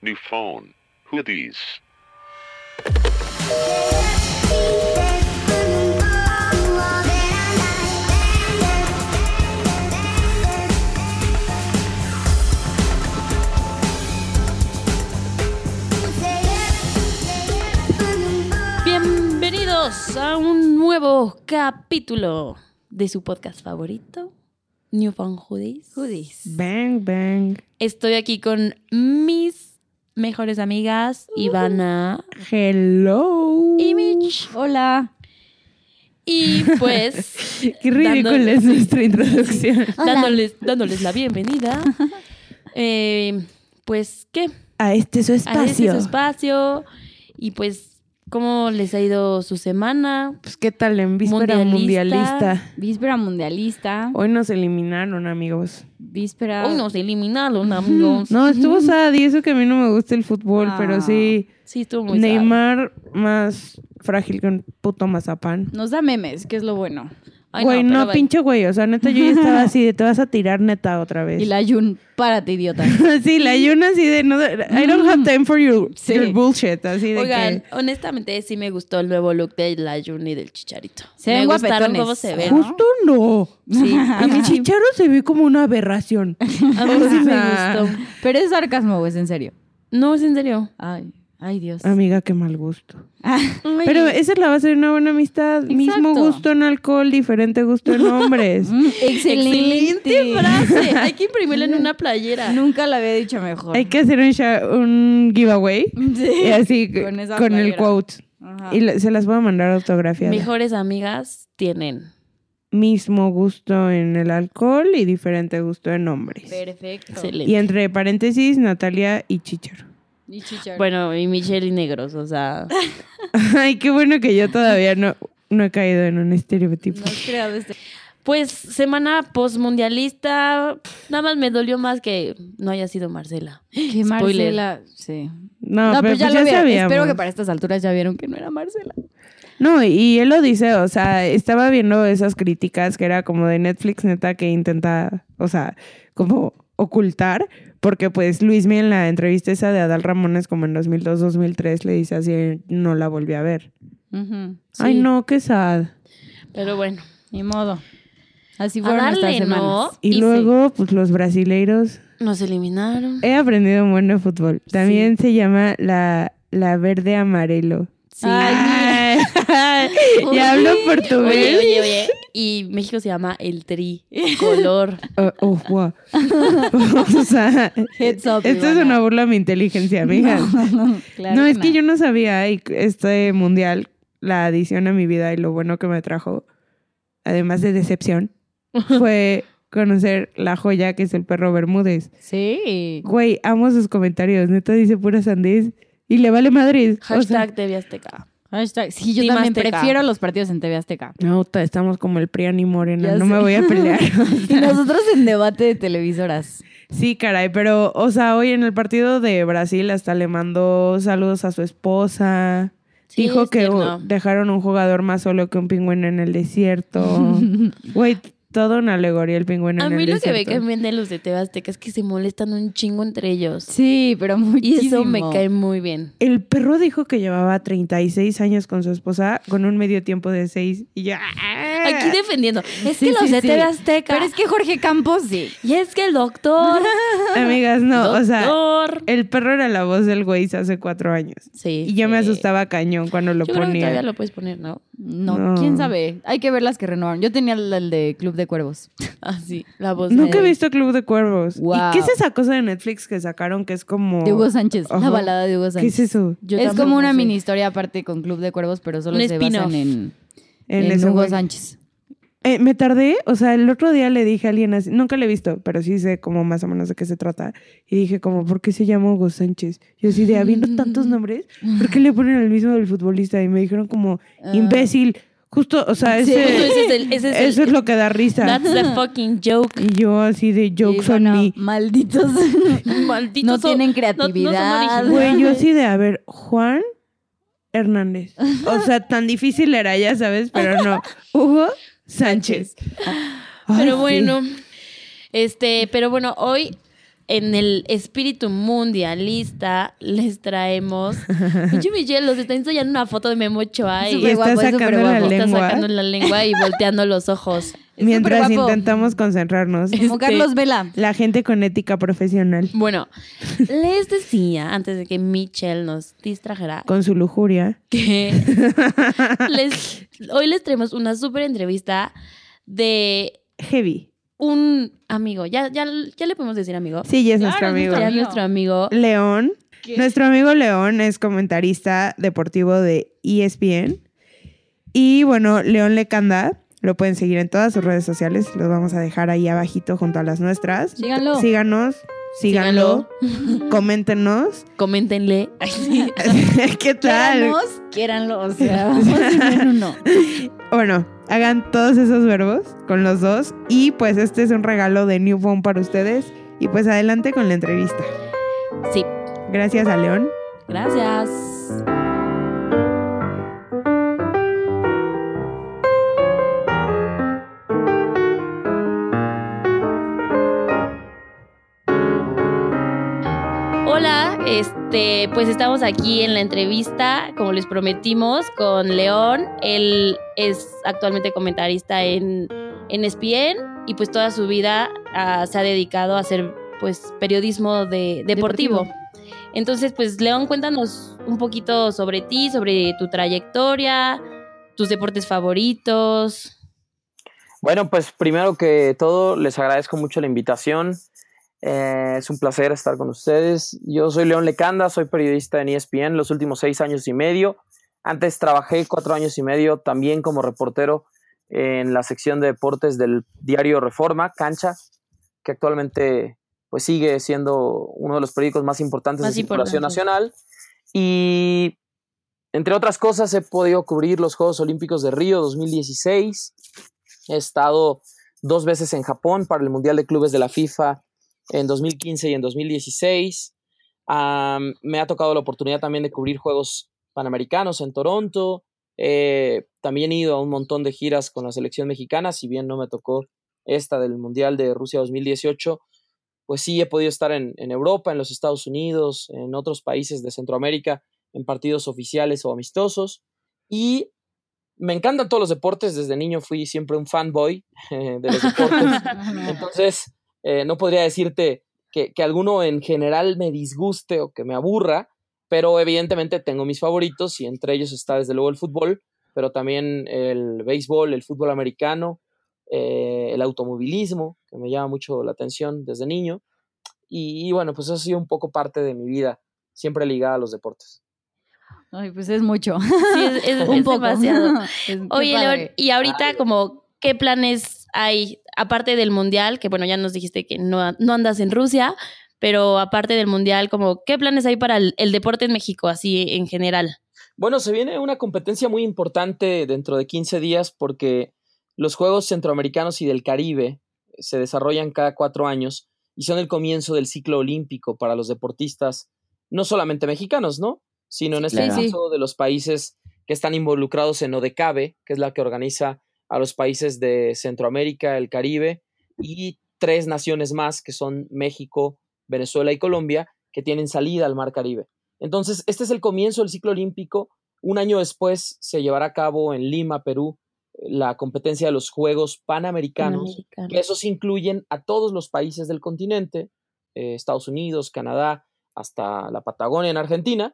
New phone. Hoodies. Bienvenidos a un nuevo capítulo de su podcast favorito, New Phone Hoodies. Bang, bang. Estoy aquí con mis mejores amigas, Ivana. Hello. Y Mitch. Hola. Y pues... Qué ridícula es nuestra introducción. Dándoles la bienvenida. Pues, ¿qué? A este su espacio. A este su espacio. Y pues... ¿Cómo les ha ido su semana? Pues, ¿qué tal en víspera mundialista? Víspera mundialista. Hoy nos eliminaron, amigos. Víspera. Hoy nos eliminaron, amigos. No, estuvo sad y eso que a mí no me gusta el fútbol, pero sí. Sí, estuvo muy Neymar más frágil que un puto mazapán. Nos da memes, que es lo bueno. Ay, güey, no, pero pinche güey. O sea, neta, yo ya estaba así de te vas a tirar neta otra vez. Y la Jun, párate, idiota. Sí, la Yuna así de no, I don't have time for your bullshit. Así de Oigan, que... honestamente sí me gustó el nuevo look de la Jun y del Chicharito. Se me ven gustaron guapetones. cómo se ven. Justo no. Sí, A mi Chicharo se ve como una aberración. a mí sí me gustó. Pero es sarcasmo, ¿o es en serio? No, es en serio. Ay, Dios. Amiga, qué mal gusto. Ay. Pero esa es la base de una buena amistad. Exacto. Mismo gusto en alcohol, diferente gusto en hombres. Excelente frase. Hay que imprimirla en una playera. Nunca la había dicho mejor. Hay que hacer un giveaway. Sí. Y así Con esa con el playera. quote. Ajá. Y se las voy a mandar autografiadas. Mejores amigas tienen. Mismo gusto en el alcohol y diferente gusto en hombres. Perfecto. Excelente. Y entre paréntesis, Natalia y Chicharo. Y Chicharo. Bueno, y Michelle y Negros, o sea... Ay, qué bueno que yo todavía no he caído en un estereotipo. No has creado este... Pues semana postmundialista, nada más me dolió más que no haya sido Marcela. Que Spoiler. Marcela... Sí. No, pero pues ya pues lo vieron. sabíamos. Espero que para estas alturas ya vieron que no era Marcela. No, y él lo dice, o sea, estaba viendo esas críticas que era como de Netflix, neta, que intenta, o sea, como ocultar, porque pues Luismi en la entrevista esa de Adal Ramones como en 2002-2003 le dice así, no la volví a ver. Uh-huh. Ay, Sí. no, qué sad. Pero bueno. Ni modo. Así A fueron darle, nuestras semanas. ¿no? Y sí, luego, pues los brasileiros. nos eliminaron. He aprendido un buen de fútbol. También se llama la verde amarelo. Sí. Ay, Ya hablo portugués. Oye. Y México se llama el tricolor. Wow. O sea, Heads up, esto es Ivana. una burla a mi inteligencia, amigas. Claro No, es que no. yo no sabía y este mundial, la adición a mi vida y lo bueno que me trajo, además de decepción, fue conocer la joya que es el perro Bermúdez. Sí. Güey, amo sus comentarios. Neta dice pura sandez y le vale madrid. Hashtag TV Azteca. Hashtag. Sí, yo Team también Azteca. prefiero los partidos en TV Azteca. No, estamos como el Prian y Morena. Ya No sé. me voy a pelear. Y nosotros en debate de televisoras. Sí, caray, pero, o sea, hoy en el partido de Brasil hasta le mandó saludos a su esposa. Sí, Dijo es que tierno. dejaron un jugador más solo que un pingüino en el desierto. Güey, todo una alegoría el pingüino A en el mí lo que desierto. me caen bien de los de TV Azteca es que se molestan un chingo entre ellos. Sí, pero Y muchísimo. eso me cae muy bien. El perro dijo que llevaba 36 años con su esposa con un medio tiempo de 6. Y ya. Aquí defendiendo. Es Sí, que los sí, de sí. TV Azteca. Pero es que Jorge Campos, sí. Y es que el doctor. Amigas, no, o sea, doctor. el perro era la voz del güey hace 4 años. Sí. Y yo me sí. asustaba cañón cuando lo Yo creo que ponía. todavía lo puedes poner, ¿no? No, No. quién sabe. Hay que ver las que renovaron. Yo tenía el de Club de Cuervos. Ah, sí. La voz Nunca he de... visto Club de Cuervos. Wow. ¿Y qué es esa cosa de Netflix que sacaron que es como... De Hugo Sánchez. Ajá. La balada de Hugo ¿Qué Sánchez. es eso? Yo Es tampoco como una sé. mini historia aparte con Club de Cuervos, pero solo Un se spin-off. basan en ese Hugo güey. Sánchez. Me tardé, o sea, el otro día le dije a alguien así, nunca le he visto, pero sí sé como más o menos de qué se trata. Y dije como, ¿por qué se llama Hugo Sánchez? Yo así de, habiendo tantos nombres, ¿por qué le ponen el mismo del futbolista? Y me dijeron como, imbécil. Justo, o sea, Sí. eso es lo que da risa. That's the fucking joke. Y yo así de jokes on Ivana, me. malditos. Malditos. No tienen no creatividad. son Güey, yo originales. así de, a ver, Juan Hernández. O sea, tan difícil era, ya sabes, pero no. Hugo Sánchez. Ay, Pero sí. bueno, pero bueno, hoy en el espíritu mundialista les traemos... Pinche Michelle los está enseñando una foto de Memo Ochoa y Y está sacando la está lengua. sacando la lengua y volteando los ojos. Mientras súper guapo. intentamos concentrarnos. Como Carlos Vela. La gente con ética profesional. Bueno, les decía, antes de que Michelle nos distrajera, Con su lujuria. que hoy les traemos una súper entrevista de Heavy. un amigo. Ya le podemos decir amigo. Sí, ya es Claro, nuestro amigo. Ya es nuestro amigo. León. Nuestro amigo León es comentarista deportivo de ESPN. Y bueno, León Lecanda, lo pueden seguir en todas sus redes sociales. Los vamos a dejar ahí abajito junto a las nuestras. Síganlo. Síganlo. Coméntenos. Coméntenle. Ay, sí. ¿Qué tal? Quiéranlo, o sea, vamos en uno. Bueno, hagan todos esos verbos con los dos. Y pues este es un regalo de New Phone para ustedes. Y pues adelante con la entrevista. Sí, Gracias a León. gracias. Hola, pues estamos aquí en la entrevista, como les prometimos, con León. Él es actualmente comentarista en ESPN y pues toda su vida se ha dedicado a hacer pues periodismo deportivo. Entonces, pues León, cuéntanos un poquito sobre ti, sobre tu trayectoria, tus deportes favoritos. Bueno, pues primero que todo les agradezco mucho la invitación. Es un placer estar con ustedes. Yo soy León Lecanda, soy periodista en ESPN los últimos 6 años y medio. Antes trabajé 4 años y medio también como reportero en la sección de deportes del diario Reforma, Cancha, que actualmente pues sigue siendo uno de los periódicos más importantes de circulación nacional. Y entre otras cosas he podido cubrir los Juegos Olímpicos de Río 2016. He estado 2 veces en Japón para el Mundial de Clubes de la FIFA en 2015 y en 2016. Me ha tocado la oportunidad también de cubrir Juegos Panamericanos en Toronto. También he ido a un montón de giras con la selección mexicana, si bien no me tocó esta del Mundial de Rusia 2018, pues sí he podido estar en Europa, en los Estados Unidos, en otros países de Centroamérica, en partidos oficiales o amistosos. Y me encantan todos los deportes. Desde niño fui siempre un fanboy de los deportes. Entonces, no podría decirte que alguno en general me disguste o que me aburra, pero evidentemente tengo mis favoritos y entre ellos está desde luego el fútbol, pero también el béisbol, el fútbol americano, el automovilismo, que me llama mucho la atención desde niño. Y bueno, pues eso ha sido un poco parte de mi vida, siempre ligada a los deportes. Ay, pues es mucho. Sí, es Un poco. demasiado. Qué Oye, padre. León, y ahorita como, ¿qué planes hay? Aparte del Mundial, que bueno, ya nos dijiste que no andas en Rusia, pero aparte del Mundial, como, ¿qué planes hay para el deporte en México, así en general? Bueno, se viene una competencia muy importante dentro de 15 días porque los Juegos Centroamericanos y del Caribe se desarrollan cada 4 años y son el comienzo del ciclo olímpico para los deportistas, no solamente mexicanos, ¿no? Sino en este caso de los países que están involucrados en ODECABE, que es la que organiza a los países de Centroamérica, el Caribe, y 3 naciones más, que son México, Venezuela y Colombia, que tienen salida al Mar Caribe. Entonces, este es el comienzo del ciclo olímpico. Un año después se llevará a cabo en Lima, Perú, la competencia de los Juegos Panamericanos, que esos incluyen a todos los países del continente, Estados Unidos, Canadá, hasta la Patagonia en Argentina.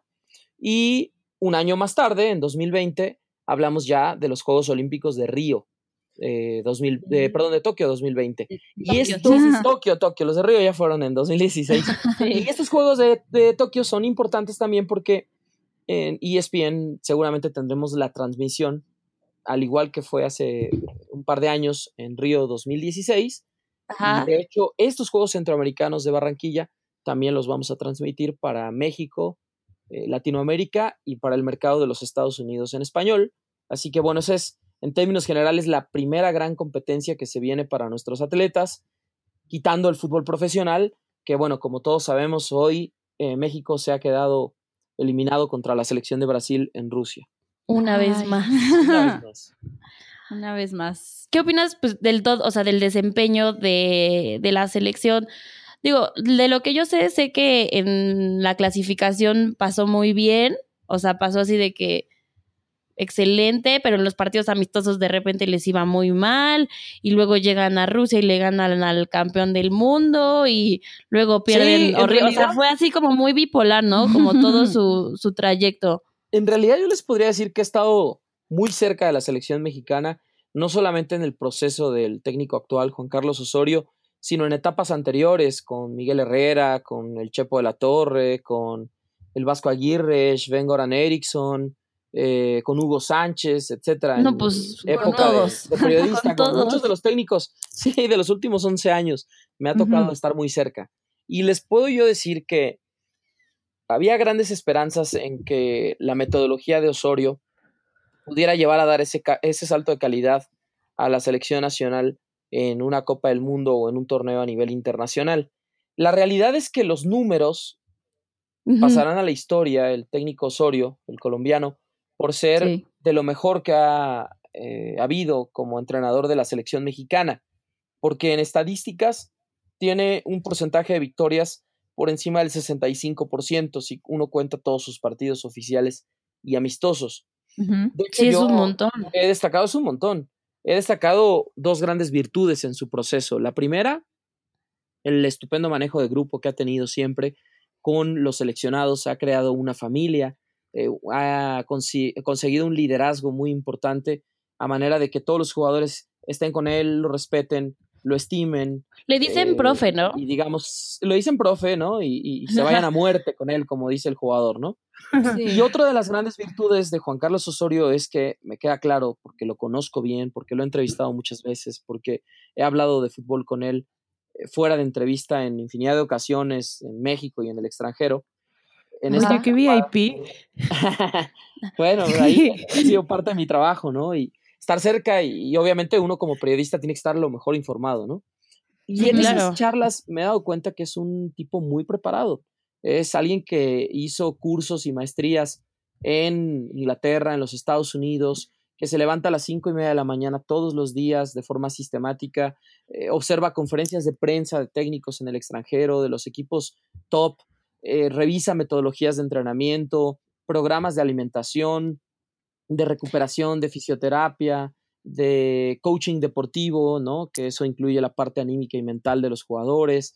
Y un año más tarde, en 2020, hablamos ya de los Juegos Olímpicos de Río, de Tokio 2020. Y Tokio, los de Río ya fueron en 2016. Y estos Juegos de Tokio son importantes también porque en ESPN seguramente tendremos la transmisión, al igual que fue hace un par de años en Río 2016. Ajá. Y de hecho, estos Juegos Centroamericanos de Barranquilla también los vamos a transmitir para México, Latinoamérica y para el mercado de los Estados Unidos en español. Así que bueno, esa es en términos generales la primera gran competencia que se viene para nuestros atletas, quitando el fútbol profesional, que bueno, como todos sabemos, hoy México se ha quedado eliminado contra la selección de Brasil en Rusia. Una vez más. Una vez más. ¿Qué opinas pues, del desempeño de la selección? Digo, de lo que yo sé que en la clasificación pasó muy bien, o sea, pasó así de que excelente, pero en los partidos amistosos de repente les iba muy mal y luego llegan a Rusia y le ganan al campeón del mundo y luego pierden Sí, horrible. O sea, fue así como muy bipolar, ¿no? Como todo su trayecto. En realidad yo les podría decir que he estado muy cerca de la selección mexicana, no solamente en el proceso del técnico actual, Juan Carlos Osorio, sino en etapas anteriores, con Miguel Herrera, con el Chepo de la Torre, con el Vasco Aguirre, Sven-Goran Eriksson, con Hugo Sánchez, etcétera, No, en pues época con todos. de periodista, Con con muchos todos. de los técnicos, sí, de los últimos 11 años, me ha tocado estar muy cerca. Y les puedo yo decir que había grandes esperanzas en que la metodología de Osorio pudiera llevar a dar ese salto de calidad a la selección nacional en una Copa del Mundo o en un torneo a nivel internacional. La realidad es que los números pasarán a la historia, el técnico Osorio, el colombiano, por ser Sí. de lo mejor que ha habido como entrenador de la selección mexicana, porque en estadísticas tiene un porcentaje de victorias por encima del 65% si uno cuenta todos sus partidos oficiales y amistosos. De hecho, Sí, es yo un montón. he destacado, es un montón, he destacado dos grandes virtudes en su proceso. La primera, el estupendo manejo de grupo que ha tenido siempre con los seleccionados, ha creado una familia, ha conseguido un liderazgo muy importante a manera de que todos los jugadores estén con él, lo respeten, lo estimen. Le dicen profe, ¿no? Y digamos, lo dicen profe, ¿no? Y se vayan a muerte con él, como dice el jugador, ¿no? Sí. Y otra de las grandes virtudes de Juan Carlos Osorio es que me queda claro, porque lo conozco bien, porque lo he entrevistado muchas veces, porque he hablado de fútbol con él fuera de entrevista en infinidad de ocasiones en México y en el extranjero. En esta Oye, qué VIP. bueno, ahí ha sido parte de mi trabajo, ¿no? Y estar cerca y obviamente uno como periodista tiene que estar lo mejor informado, ¿no? Y Sí, en claro. esas charlas me he dado cuenta que es un tipo muy preparado. Es alguien que hizo cursos y maestrías en Inglaterra, en los Estados Unidos, que se levanta a las 5:30 de la mañana todos los días de forma sistemática, observa conferencias de prensa de técnicos en el extranjero, de los equipos top, revisa metodologías de entrenamiento, programas de alimentación, de recuperación, de fisioterapia, de coaching deportivo, ¿no? Que eso incluye la parte anímica y mental de los jugadores,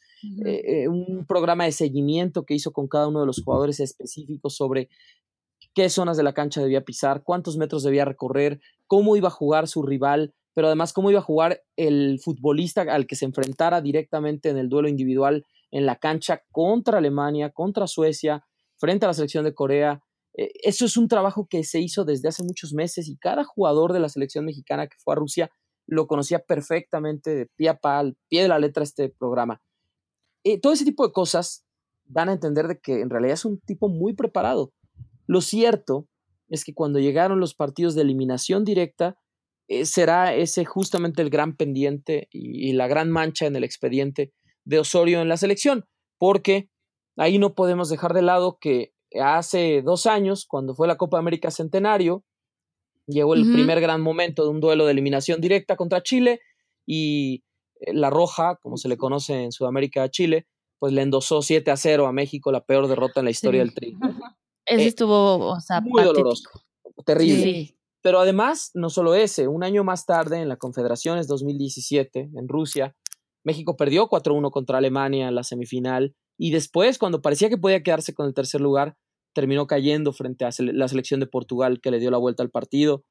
un programa de seguimiento que hizo con cada uno de los jugadores específicos sobre qué zonas de la cancha debía pisar, cuántos metros debía recorrer, cómo iba a jugar su rival, pero además cómo iba a jugar el futbolista al que se enfrentara directamente en el duelo individual en la cancha contra Alemania, contra Suecia, frente a la selección de Corea. Eso es un trabajo que se hizo desde hace muchos meses y cada jugador de la selección mexicana que fue a Rusia lo conocía perfectamente de pie a pa, al pie de la letra este programa. Todo ese tipo de cosas dan a entender de que en realidad es un tipo muy preparado. Lo cierto es que cuando llegaron los partidos de eliminación directa, será ese justamente el gran pendiente y la gran mancha en el expediente de Osorio en la selección, porque ahí no podemos dejar de lado que hace 2 años, cuando fue la Copa América Centenario, llegó el primer gran momento de un duelo de eliminación directa contra Chile y la Roja, como se le conoce en Sudamérica a Chile, pues le endosó 7-0 a México, la peor derrota en la historia del Tri. Ese estuvo, o sea, Muy doloroso, patético. terrible. Sí. Pero además, no solo ese, un año más tarde, en la Confederaciones 2017, en Rusia, México perdió 4-1 contra Alemania en la semifinal y después, cuando parecía que podía quedarse con el tercer lugar, terminó cayendo frente a la selección de Portugal que le dio la vuelta al partido.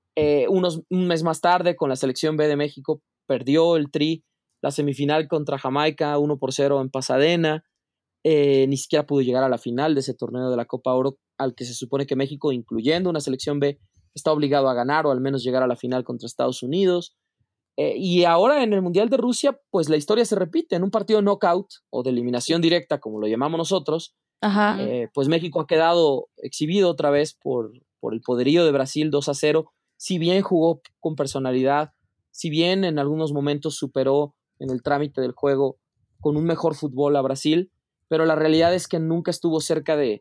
Un mes más tarde, con la selección B de México, perdió el Tri la semifinal contra Jamaica 1-0 en Pasadena. Ni siquiera pudo llegar a la final de ese torneo de la Copa Oro al que se supone que México, incluyendo una selección B, está obligado a ganar o al menos llegar a la final contra Estados Unidos. Y ahora en el Mundial de Rusia, pues la historia se repite. En un partido knockout o de eliminación directa, como lo llamamos nosotros, Ajá. pues México ha quedado exhibido otra vez por el poderío de Brasil 2-0. Si bien jugó con personalidad, si bien en algunos momentos superó en el trámite del juego con un mejor fútbol a Brasil, pero la realidad es que nunca estuvo cerca de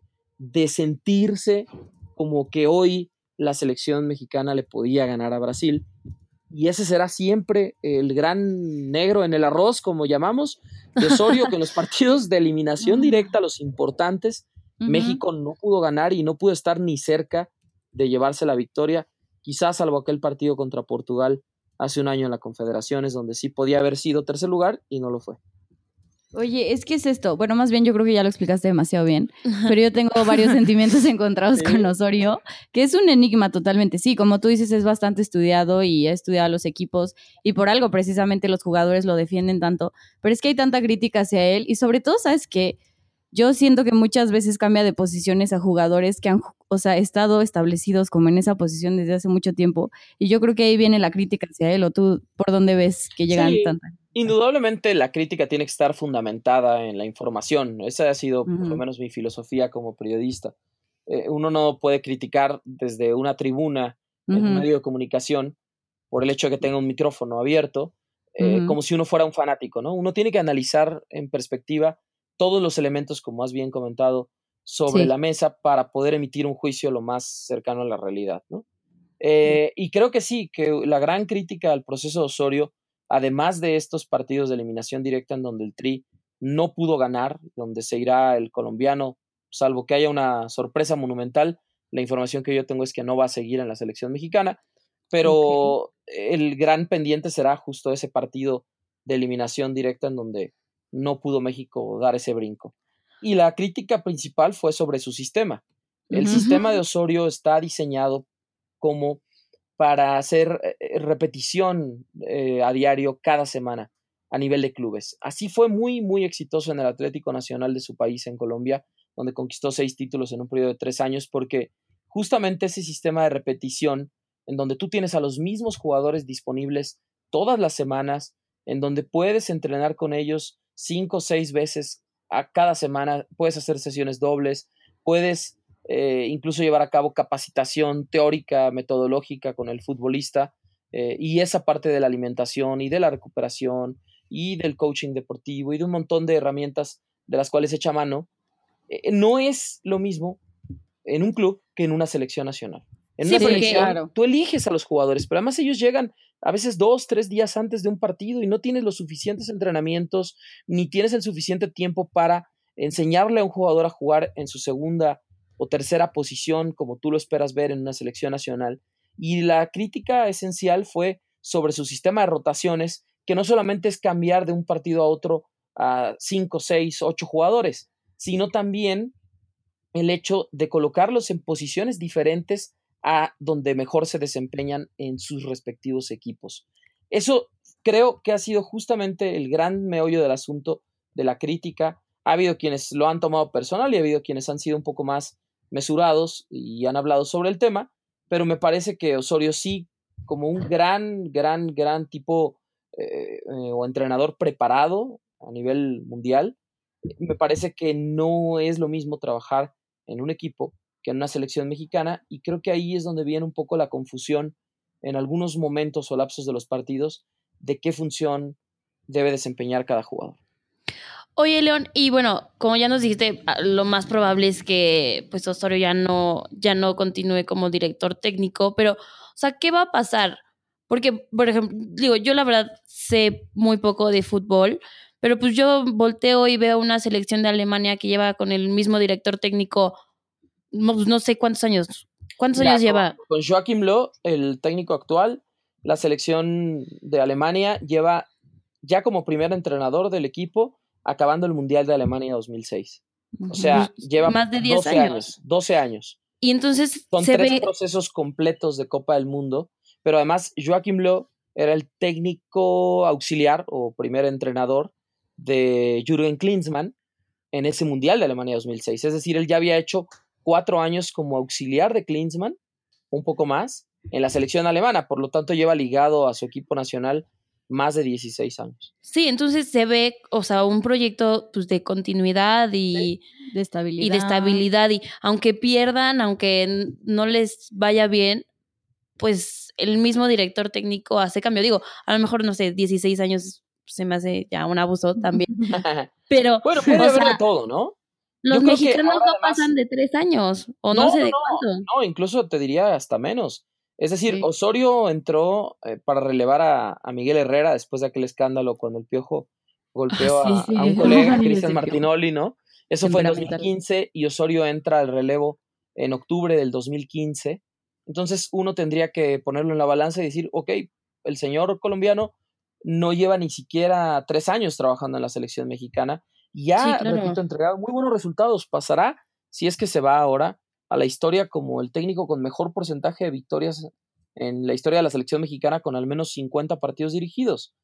sentirse como que hoy la selección mexicana le podía ganar a Brasil. y ese será siempre el gran negro en el arroz, como llamamos, de Osorio, que en los partidos de eliminación directa, los importantes, México no pudo ganar y no pudo estar ni cerca de llevarse la victoria, quizás salvo aquel partido contra Portugal hace un año en la Confederaciones, donde sí podía haber sido tercer lugar y no lo fue. Oye, es que es esto. Bueno, más bien yo creo que ya lo explicaste demasiado bien, pero yo tengo varios sentimientos encontrados con Osorio, que es un enigma totalmente. Sí, como tú dices, es bastante estudiado y ha estudiado a los equipos y por algo precisamente los jugadores lo defienden tanto, pero es que hay tanta crítica hacia él y sobre todo, ¿sabes qué? Yo siento que muchas veces cambia de posiciones a jugadores que han, o sea, estado establecidos como en esa posición desde hace mucho tiempo y yo creo que ahí viene la crítica hacia él, o tú, ¿por dónde ves que llegan tantas? Indudablemente la crítica tiene que estar fundamentada en la información. Esa ha sido por lo menos mi filosofía como periodista. Uno no puede criticar desde una tribuna en un medio de comunicación por el hecho de que tenga un micrófono abierto, como si uno fuera un fanático, ¿no? Uno tiene que analizar en perspectiva todos los elementos, como has bien comentado, sobre la mesa para poder emitir un juicio lo más cercano a la realidad, ¿no? Y creo que sí, que la gran crítica al proceso de Osorio, además de estos partidos de eliminación directa en donde el Tri no pudo ganar, donde se irá el colombiano, salvo que haya una sorpresa monumental, la información que yo tengo es que no va a seguir en la selección mexicana, pero el gran pendiente será justo ese partido de eliminación directa en donde no pudo México dar ese brinco. Y la crítica principal fue sobre su sistema. El sistema de Osorio está diseñado como para hacer repetición a diario cada semana a nivel de clubes. Así fue muy, muy exitoso en el Atlético Nacional de su país, en Colombia, donde conquistó 6 títulos en un periodo de 3 años, porque justamente ese sistema de repetición, en donde tú tienes a los mismos jugadores disponibles todas las semanas, en donde puedes entrenar con ellos 5 o 6 veces a cada semana, puedes hacer sesiones dobles, puedes incluso llevar a cabo capacitación teórica, metodológica con el futbolista, y esa parte de la alimentación y de la recuperación y del coaching deportivo y de un montón de herramientas de las cuales echa mano, no es lo mismo en un club que en una selección nacional. En una selección, tú eliges a los jugadores, pero además ellos llegan a veces 2, 3 días antes de un partido y no tienes los suficientes entrenamientos, ni tienes el suficiente tiempo para enseñarle a un jugador a jugar en su segunda o tercera posición, como tú lo esperas ver en una selección nacional. Y la crítica esencial fue sobre su sistema de rotaciones, que no solamente es cambiar de un partido a otro a 5, 6, 8 jugadores, sino también el hecho de colocarlos en posiciones diferentes a donde mejor se desempeñan en sus respectivos equipos. Eso creo que ha sido justamente el gran meollo del asunto de la crítica. Ha habido quienes lo han tomado personal y ha habido quienes han sido un poco más mesurados y han hablado sobre el tema, pero me parece que Osorio sí, como un gran tipo o entrenador preparado a nivel mundial, me parece que no es lo mismo trabajar en un equipo que en una selección mexicana, y creo que ahí es donde viene un poco la confusión en algunos momentos o lapsos de los partidos de qué función debe desempeñar cada jugador. Oye, León, y bueno, como ya nos dijiste, lo más probable es que pues Osorio ya no continúe como director técnico, pero, o sea, ¿qué va a pasar? Porque, por ejemplo, digo, yo la verdad sé muy poco de fútbol, pero pues yo volteo y veo una selección de Alemania que lleva con el mismo director técnico, no sé cuántos años. ¿Cuántos años lleva? Con Joachim Löw, el técnico actual, la selección de Alemania lleva ya como primer entrenador del equipo, acabando el Mundial de Alemania 2006. O sea, lleva más de 10 años. 12 años. Y entonces son 3 procesos completos de Copa del Mundo, pero además Joachim Löw era el técnico auxiliar o primer entrenador de Jürgen Klinsmann en ese Mundial de Alemania 2006. Es decir, él ya había hecho 4 años como auxiliar de Klinsmann, un poco más, en la selección alemana, por lo tanto lleva ligado a su equipo nacional más de 16 años. Sí, entonces se ve, o sea, un proyecto pues, de continuidad y de estabilidad. Y aunque pierdan, aunque no les vaya bien, pues el mismo director técnico hace cambio. Digo, a lo mejor, no sé, 16 años se me hace ya un abuso también. Pero, bueno, puede haber de todo, ¿no? Los mexicanos no pasan de 3 años, o no sé de cuánto. No, incluso te diría hasta menos. Es decir, Sí. Osorio entró para relevar a Miguel Herrera después de aquel escándalo cuando el Piojo golpeó Sí. a un colega, Ay, Cristian ese Piojo. Martinoli, ¿no? Eso fue en Temperamental. 2015 y Osorio entra al relevo en octubre del 2015. Entonces uno tendría que ponerlo en la balanza y decir, ok, el señor colombiano no lleva ni siquiera 3 años trabajando en la selección mexicana. Ya, Sí, claro. repito, entregado muy buenos resultados. Pasará, si es que se va ahora, a la historia como el técnico con mejor porcentaje de victorias en la historia de la selección mexicana con al menos 50 partidos dirigidos.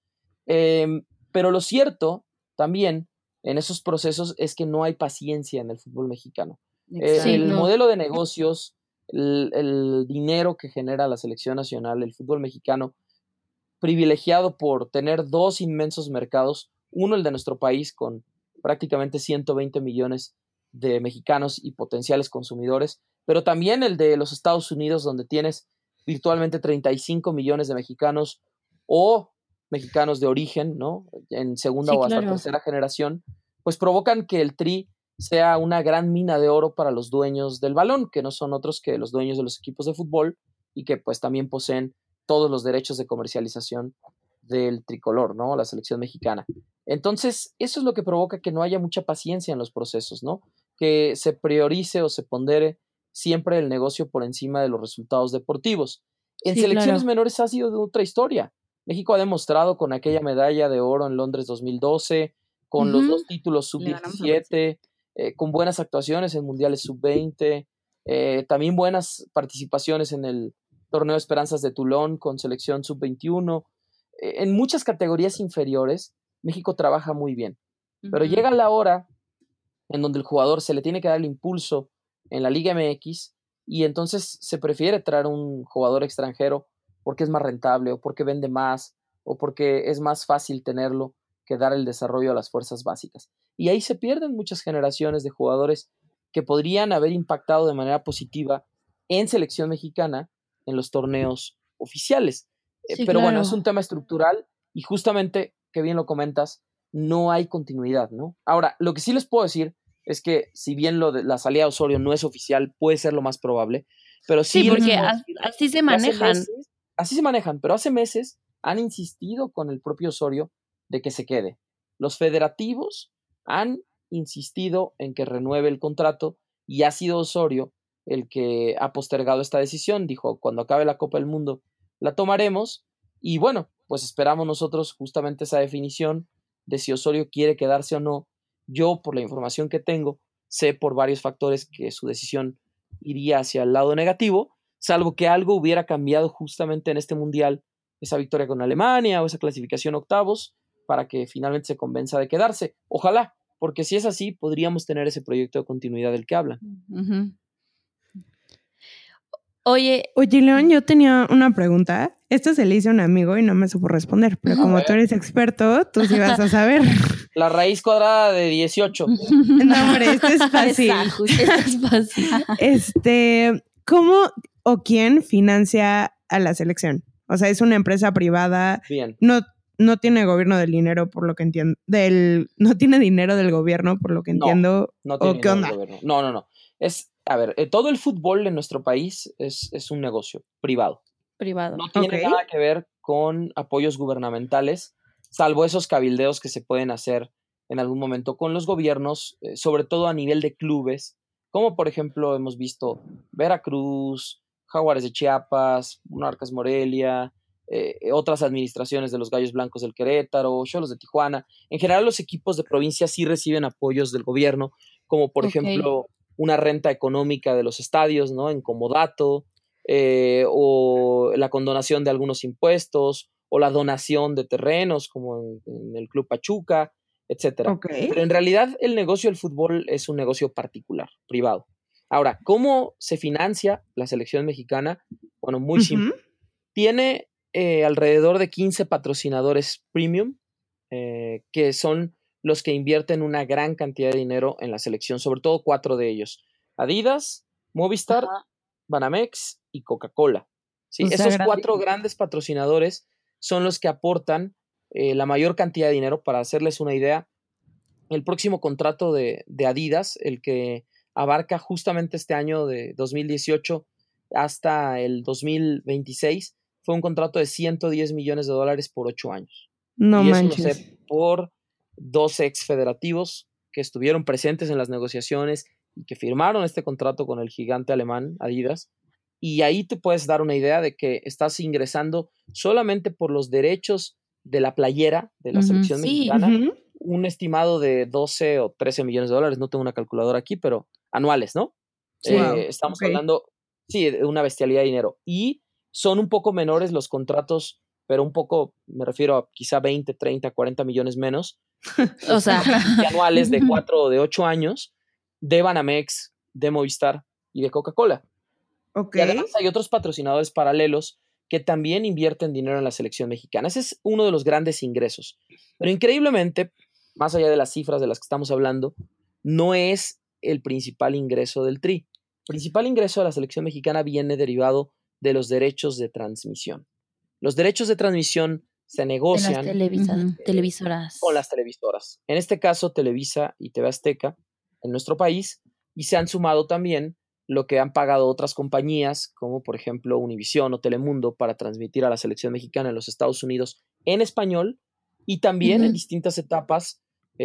Pero lo cierto también en esos procesos es que no hay paciencia en el fútbol mexicano. Sí, El no. modelo de negocios, el dinero que genera la selección nacional, el fútbol mexicano, privilegiado por tener 2 inmensos mercados, uno el de nuestro país con prácticamente 120 millones de mexicanos y potenciales consumidores, pero también el de los Estados Unidos, donde tienes virtualmente 35 millones de mexicanos o mexicanos de origen, ¿no? En segunda Sí, o hasta claro. tercera generación, pues provocan que el Tri sea una gran mina de oro para los dueños del balón, que no son otros que los dueños de los equipos de fútbol y que pues también poseen todos los derechos de comercialización del tricolor, ¿no? La selección mexicana. Entonces, eso es lo que provoca que no haya mucha paciencia en los procesos, ¿no? Que se priorice o se pondere siempre el negocio por encima de los resultados deportivos. En Sí, selecciones claro. menores ha sido de otra historia. México ha demostrado con aquella medalla de oro en Londres 2012, con los 2 títulos Le ganamos a Brasil. sub-17, con buenas actuaciones en mundiales sub-20, también buenas participaciones en el Torneo Esperanzas de Toulon con selección sub-21. En muchas categorías inferiores, México trabaja muy bien. Pero llega la hora en donde el jugador se le tiene que dar el impulso en la Liga MX y entonces se prefiere traer un jugador extranjero porque es más rentable o porque vende más o porque es más fácil tenerlo que dar el desarrollo a las fuerzas básicas. Y ahí se pierden muchas generaciones de jugadores que podrían haber impactado de manera positiva en selección mexicana en los torneos oficiales. Sí, Pero bueno, es claro. un tema estructural y justamente, que bien lo comentas, no hay continuidad, ¿no? Ahora, lo que sí les puedo decir es que si bien lo de la salida de Osorio no es oficial, puede ser lo más probable, pero Sí, sí les porque puedo decir así se que hace manejan. meses, así se manejan, pero hace meses han insistido con el propio Osorio de que se quede. Los federativos han insistido en que renueve el contrato y ha sido Osorio el que ha postergado esta decisión. Dijo, cuando acabe la Copa del Mundo la tomaremos y bueno, pues esperamos nosotros justamente esa definición de si Osorio quiere quedarse o no. Yo, por la información que tengo, sé por varios factores que su decisión iría hacia el lado negativo, salvo que algo hubiera cambiado justamente en este mundial, esa victoria con Alemania o esa clasificación octavos, para que finalmente se convenza de quedarse. Ojalá, porque si es así, podríamos tener ese proyecto de continuidad del que hablan. Oye, Oye, León, yo tenía una pregunta. Esto se le hizo a un amigo y no me supo responder, pero A como ver. tú eres experto, tú sí vas a saber. La raíz cuadrada de 18. No, hombre, esto es fácil. Esa, justo. esto es fácil. ¿Cómo o quién financia a la selección? O sea, es una empresa privada, Bien. no tiene gobierno del dinero, por lo que entiendo, no tiene dinero del gobierno, por lo que entiendo. No ¿O tiene qué dinero onda? del gobierno. No. A ver, todo el fútbol en nuestro país es un negocio privado. Privado. No tiene Ok. nada que ver con apoyos gubernamentales, salvo esos cabildeos que se pueden hacer en algún momento con los gobiernos, sobre todo a nivel de clubes, como por ejemplo hemos visto Veracruz, Jaguares de Chiapas, Monarcas Morelia, otras administraciones de los Gallos Blancos del Querétaro, Xolos de Tijuana. En general los equipos de provincia sí reciben apoyos del gobierno, como por Ok. ejemplo una renta económica de los estadios, ¿no? En comodato, o la condonación de algunos impuestos, o la donación de terrenos, como en el Club Pachuca, etcétera. Ok. Pero en realidad el negocio del fútbol es un negocio particular, privado. Ahora, ¿cómo se financia la selección mexicana? Bueno, muy simple. Tiene alrededor de 15 patrocinadores premium, que son los que invierten una gran cantidad de dinero en la selección, sobre todo 4 de ellos: Adidas, Movistar, Banamex y Coca-Cola. ¿Sí? O sea, Esos 4 grandísimo. grandes patrocinadores son los que aportan la mayor cantidad de dinero. Para hacerles una idea, el próximo contrato de Adidas, el que abarca justamente este año de 2018, hasta el 2026 fue un contrato de $110 millones por 8 años. No y manches. Eso lo sé por 2 ex federativos que estuvieron presentes en las negociaciones y que firmaron este contrato con el gigante alemán Adidas. Y ahí te puedes dar una idea de que estás ingresando solamente por los derechos de la playera de la selección mexicana, un estimado de 12 o 13 millones de dólares, no tengo una calculadora aquí, pero anuales, ¿no? Sí. Estamos hablando, sí, de una bestialidad de dinero. Y son un poco menores los contratos, pero un poco, me refiero a quizá 20, 30, 40 millones menos. O sea, anuales de 4 o de 8 años de Banamex, de Movistar y de Coca-Cola. Okay. Y además hay otros patrocinadores paralelos que también invierten dinero en la selección mexicana. Ese es uno de los grandes ingresos. Pero increíblemente, más allá de las cifras de las que estamos hablando, no es el principal ingreso del Tri. El principal ingreso de la selección mexicana viene derivado de los derechos de transmisión. Los derechos de transmisión se negocian de las televisoras. Con las televisoras. En este caso, Televisa y TV Azteca en nuestro país, y se han sumado también lo que han pagado otras compañías, como por ejemplo Univisión o Telemundo, para transmitir a la selección mexicana en los Estados Unidos en español, y también en distintas etapas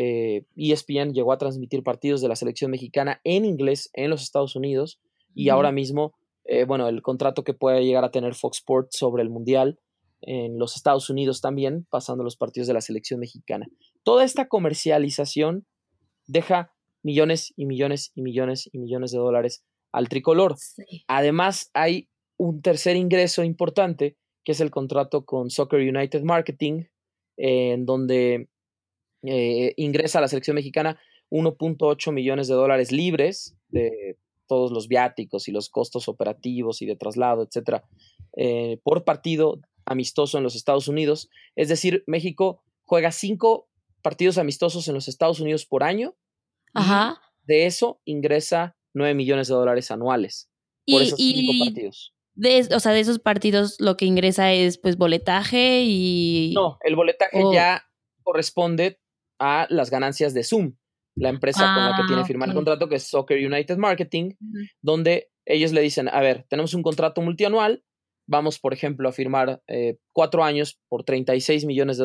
ESPN llegó a transmitir partidos de la selección mexicana en inglés en los Estados Unidos, y ahora mismo, el contrato que puede llegar a tener Fox Sports sobre el Mundial en los Estados Unidos también, pasando los partidos de la selección mexicana. Toda esta comercialización deja millones y millones y millones y millones de dólares al tricolor. Sí. Además, hay un tercer ingreso importante, que es el contrato con Soccer United Marketing, en donde ingresa a la selección mexicana $1.8 millones libres de todos los viáticos y los costos operativos y de traslado, etcétera, por partido amistoso en los Estados Unidos. Es decir, México juega 5 partidos amistosos en los Estados Unidos por año. Ajá. Y de eso ingresa $9 millones anuales por esos 5 partidos. De esos partidos lo que ingresa es pues boletaje y... No, el boletaje ya corresponde a las ganancias de Zoom, la empresa con la que tiene firmado el contrato, que es Soccer United Marketing, donde ellos le dicen, a ver, tenemos un contrato multianual, vamos, por ejemplo, a firmar 4 años por $36 millones,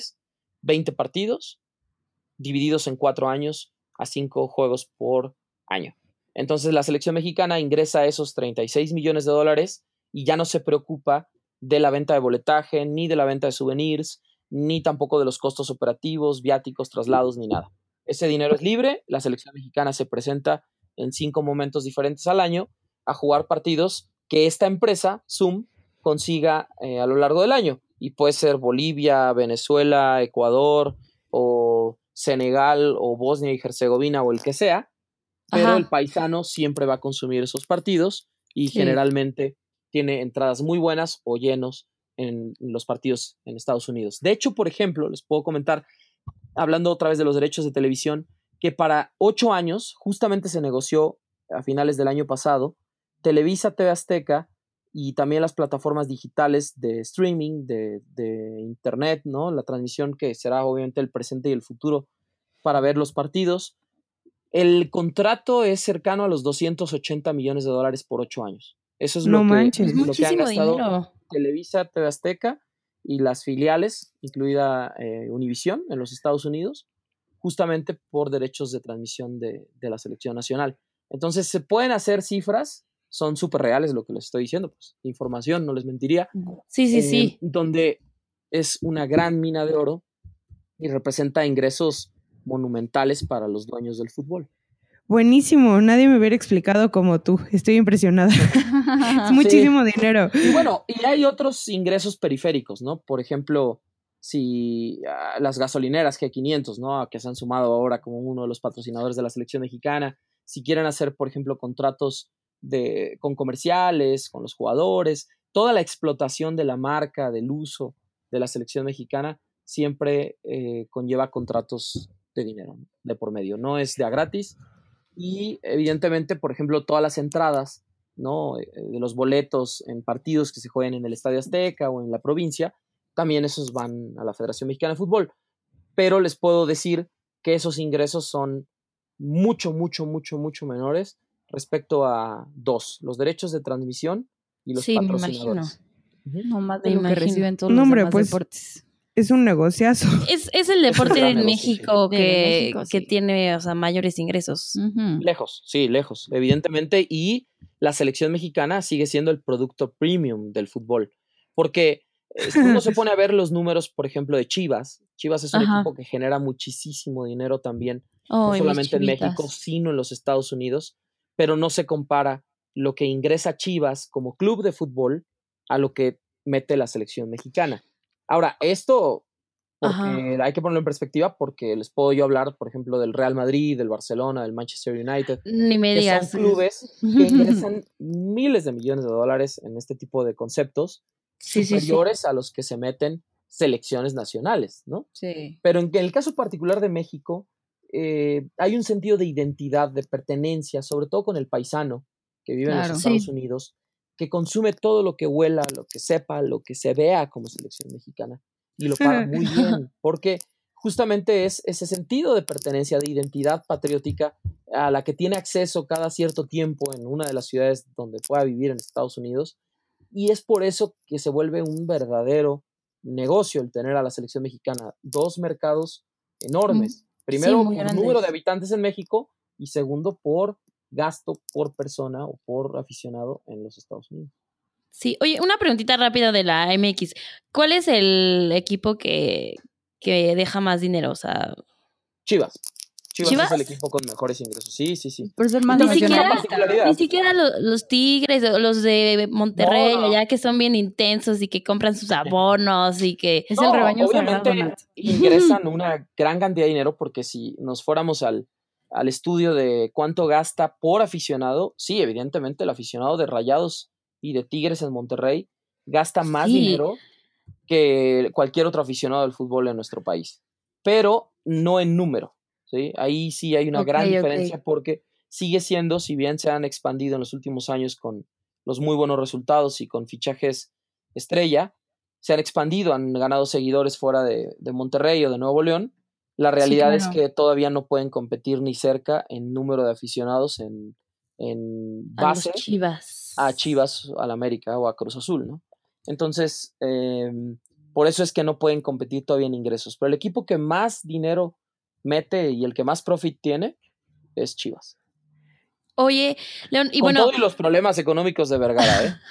20 partidos, divididos en 4 años a 5 juegos por año. Entonces la selección mexicana ingresa esos $36 millones y ya no se preocupa de la venta de boletaje, ni de la venta de souvenirs, ni tampoco de los costos operativos, viáticos, traslados, ni nada. Ese dinero es libre, la selección mexicana se presenta en 5 momentos diferentes al año a jugar partidos que esta empresa, Zoom, consiga a lo largo del año. Y puede ser Bolivia, Venezuela, Ecuador, o Senegal, o Bosnia y Herzegovina, o el que sea, pero el paisano siempre va a consumir esos partidos y generalmente tiene entradas muy buenas o llenos en los partidos en Estados Unidos. De hecho, por ejemplo, les puedo comentar, hablando otra vez de los derechos de televisión, que para 8 años, justamente se negoció a finales del año pasado, Televisa, TV Azteca y también las plataformas digitales de streaming, de internet, ¿no? La transmisión que será obviamente el presente y el futuro para ver los partidos. El contrato es cercano a los $280 millones por 8 años. Eso es lo que han gastado dinero. Televisa, TV Azteca y las filiales, incluida Univisión en los Estados Unidos, justamente por derechos de transmisión de la selección nacional. Entonces, se pueden hacer cifras, son súper reales lo que les estoy diciendo, pues información, no les mentiría. Sí. Donde es una gran mina de oro y representa ingresos monumentales para los dueños del fútbol. Buenísimo, nadie me hubiera explicado como tú, estoy impresionada. Es muchísimo dinero. Y bueno, y hay otros ingresos periféricos, ¿no? Por ejemplo, si las gasolineras G500, ¿no? Que se han sumado ahora como uno de los patrocinadores de la selección mexicana, si quieren hacer, por ejemplo, contratos con comerciales, con los jugadores, toda la explotación de la marca, del uso de la selección mexicana, siempre conlleva contratos de dinero, ¿no? De por medio, no es de a gratis. Y evidentemente, por ejemplo, todas las entradas, ¿no? De los boletos en partidos que se jueguen en el Estadio Azteca o en la provincia, también esos van a la Federación Mexicana de Fútbol. Pero les puedo decir que esos ingresos son mucho, mucho, mucho, mucho menores respecto a dos, los derechos de transmisión y los Sí, me patrocinadores. No más de Me lo que imagino. reciben todos No, los hombre, demás pues, deportes. Es un negociazo. Es el deporte gran en negocio, México sí. que, De México, que sí. tiene, o sea, mayores ingresos. Ujú. Lejos, sí, lejos, evidentemente. Y la selección mexicana sigue siendo el producto premium del fútbol. Porque si uno se pone a ver los números, por ejemplo, de Chivas, Chivas es un Ajá. equipo que genera muchísimo dinero también, Oh, no mis solamente en chivitas. México, sino en los Estados Unidos, pero no se compara lo que ingresa Chivas como club de fútbol a lo que mete la selección mexicana. Ahora, esto, porque hay que ponerlo en perspectiva, porque les puedo yo hablar, por ejemplo, del Real Madrid, del Barcelona, del Manchester United, Ni me que son digas. clubes que ingresan miles de millones de dólares en este tipo de conceptos, Sí, sí, sí. superiores a los que se meten selecciones nacionales, ¿no? Sí. Pero en el caso particular de México, hay un sentido de identidad, de pertenencia, sobre todo con el paisano que vive en Claro. los Estados Sí. Unidos, que consume todo lo que huela, lo que sepa, lo que se vea como selección mexicana y lo paga muy bien, porque justamente es ese sentido de pertenencia, de identidad patriótica a la que tiene acceso cada cierto tiempo en una de las ciudades donde pueda vivir en Estados Unidos, y es por eso que se vuelve un verdadero negocio el tener a la selección mexicana. Dos mercados enormes. Primero, muy por grandes. número de habitantes en México y segundo, por gasto por persona o por aficionado en los Estados Unidos. Sí, oye, una preguntita rápida de la MX. ¿Cuál es el equipo que deja más dinero? O sea, Chivas. Chivas ¿Chivas? es el equipo con mejores ingresos. Sí, sí, sí. Por ser más Ni También tiene una siquiera- particularidad. ni siquiera los Tigres o los de Monterrey, No. allá que son bien intensos y que compran sus abonos y que... Es el rebaño obviamente sagrado, Nat. ingresan una gran cantidad de dinero, porque si nos fuéramos al estudio de cuánto gasta por aficionado, sí, evidentemente el aficionado de Rayados y de Tigres en Monterrey gasta más Sí. dinero que cualquier otro aficionado del fútbol en nuestro país, pero no en número, ¿sí? Ahí sí hay una gran Ok. diferencia, porque sigue siendo, si bien se han expandido en los últimos años con los muy buenos resultados y con fichajes estrella, se han expandido, han ganado seguidores fuera de Monterrey o de Nuevo León. La realidad es claro. que todavía no pueden competir ni cerca en número de aficionados en A los base Chivas. a Chivas, al América o a Cruz Azul, ¿no? Entonces, por eso es que no pueden competir todavía en ingresos. Pero el equipo que más dinero mete y el que más profit tiene es Chivas. Oye, León, y Con bueno, todo y los problemas económicos de Vergara, ¿eh?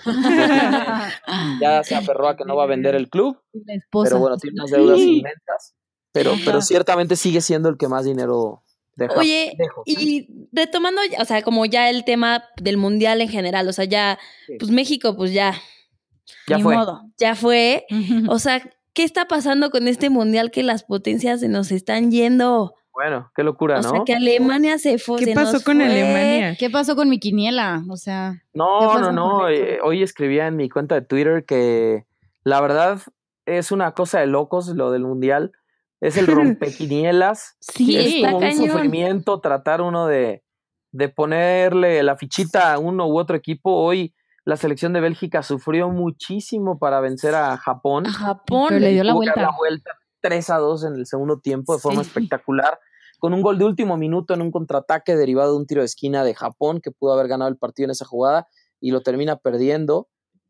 Ya se aferró a que no va a vender el club, La esposa. pero bueno, tiene unas deudas Sí. inmensas. Pero Ajá. ciertamente sigue siendo el que más dinero deja. Oye, lejos. y retomando, o sea, como ya el tema del mundial en general, o sea, ya, Sí. pues México, pues ya Ni fue. modo. ya fue. O sea, ¿qué está pasando con este mundial que las potencias se nos están yendo? Bueno, qué locura, O ¿no? sea, que Alemania se fue. ¿Qué se pasó nos con fue. Alemania? ¿Qué pasó con mi quiniela? O sea, ¿qué No. pasó con eso? Hoy escribía en mi cuenta de Twitter que la verdad es una cosa de locos lo del mundial. Es el rompequinielas. Sí, Es está como un cañón. sufrimiento tratar uno de ponerle la fichita a uno u otro equipo. Hoy la selección de Bélgica sufrió muchísimo para vencer a Japón. A Japón. Pero le dio la Tuvo que dar vuelta. la vuelta 3-2 en el segundo tiempo de forma Sí. espectacular, con un gol de último minuto en un contraataque derivado de un tiro de esquina de Japón, que pudo haber ganado el partido en esa jugada y lo termina perdiendo.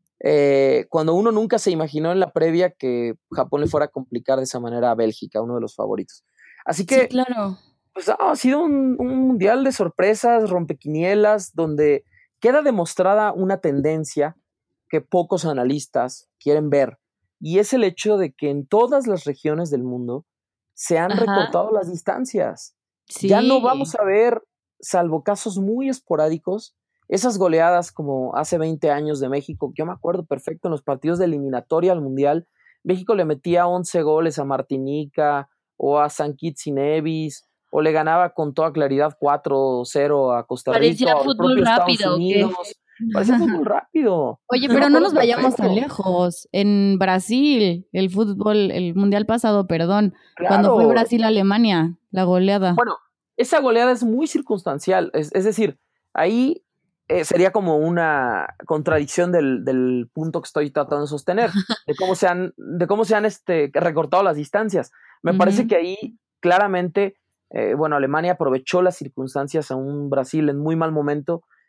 Cuando uno nunca se imaginó en la previa que Japón le fuera a complicar de esa manera a Bélgica, uno de los favoritos. Así que Sí, claro. pues, ha sido un mundial de sorpresas, rompequinielas, donde queda demostrada una tendencia que pocos analistas quieren ver, y es el hecho de que en todas las regiones del mundo se han Ajá. recortado las distancias. Sí. Ya no vamos a ver, salvo casos muy esporádicos, esas goleadas como hace 20 años de México. Yo me acuerdo perfecto en los partidos de eliminatoria al Mundial, México le metía 11 goles a Martinica o a San Kitts y Nevis, o le ganaba con toda claridad 4-0 a Costa Parecía Rica o al fútbol propio Estados rápido, ¿o qué? Unidos. Parecía fútbol rápido. Oye, Yo me pero no acuerdo nos vayamos tan perfecto. lejos. En Brasil, el fútbol, el mundial pasado, perdón, cuando fue Claro. Brasil-Alemania, la goleada. Bueno, esa goleada es muy circunstancial. Es decir, ahí sería como una contradicción del punto que estoy tratando de sostener, de cómo se han recortado las distancias. Me parece Ujú. que ahí claramente, Alemania aprovechó las circunstancias a un Brasil en muy mal momento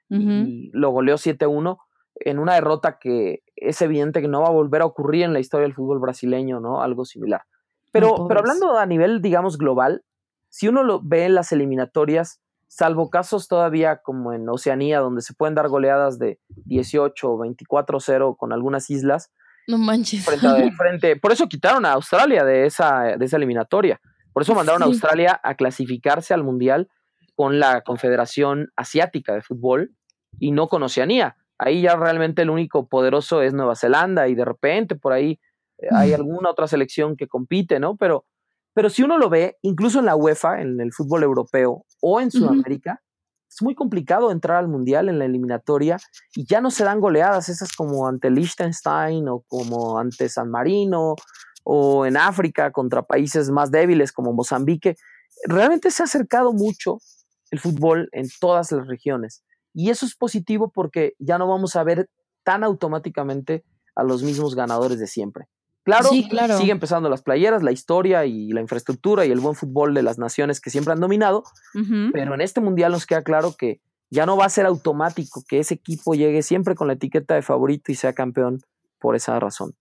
y lo goleó 7-1 en una derrota que es evidente que no va a volver a ocurrir en la historia del fútbol brasileño, ¿no? Algo similar. Pero hablando a nivel, digamos, global, si uno lo ve en las eliminatorias, salvo casos todavía como en Oceanía, donde se pueden dar goleadas de 18 o 24-0 con algunas islas. No manches. Frente. Por eso quitaron a Australia de esa eliminatoria. Por eso mandaron a Australia a clasificarse al Mundial con la Confederación Asiática de Fútbol y no con Oceanía. Ahí ya realmente el único poderoso es Nueva Zelanda y de repente por ahí hay alguna otra selección que compite, ¿no? Pero si uno lo ve, incluso en la UEFA, en el fútbol europeo o en Sudamérica, es muy complicado entrar al Mundial en la eliminatoria y ya no se dan goleadas esas como ante Liechtenstein o como ante San Marino o en África contra países más débiles como Mozambique. Realmente se ha acercado mucho el fútbol en todas las regiones y eso es positivo porque ya no vamos a ver tan automáticamente a los mismos ganadores de siempre. Claro, siguen pesando las playeras, la historia y la infraestructura y el buen fútbol de las naciones que siempre han dominado, pero en este mundial nos queda claro que ya no va a ser automático que ese equipo llegue siempre con la etiqueta de favorito y sea campeón por esa razón.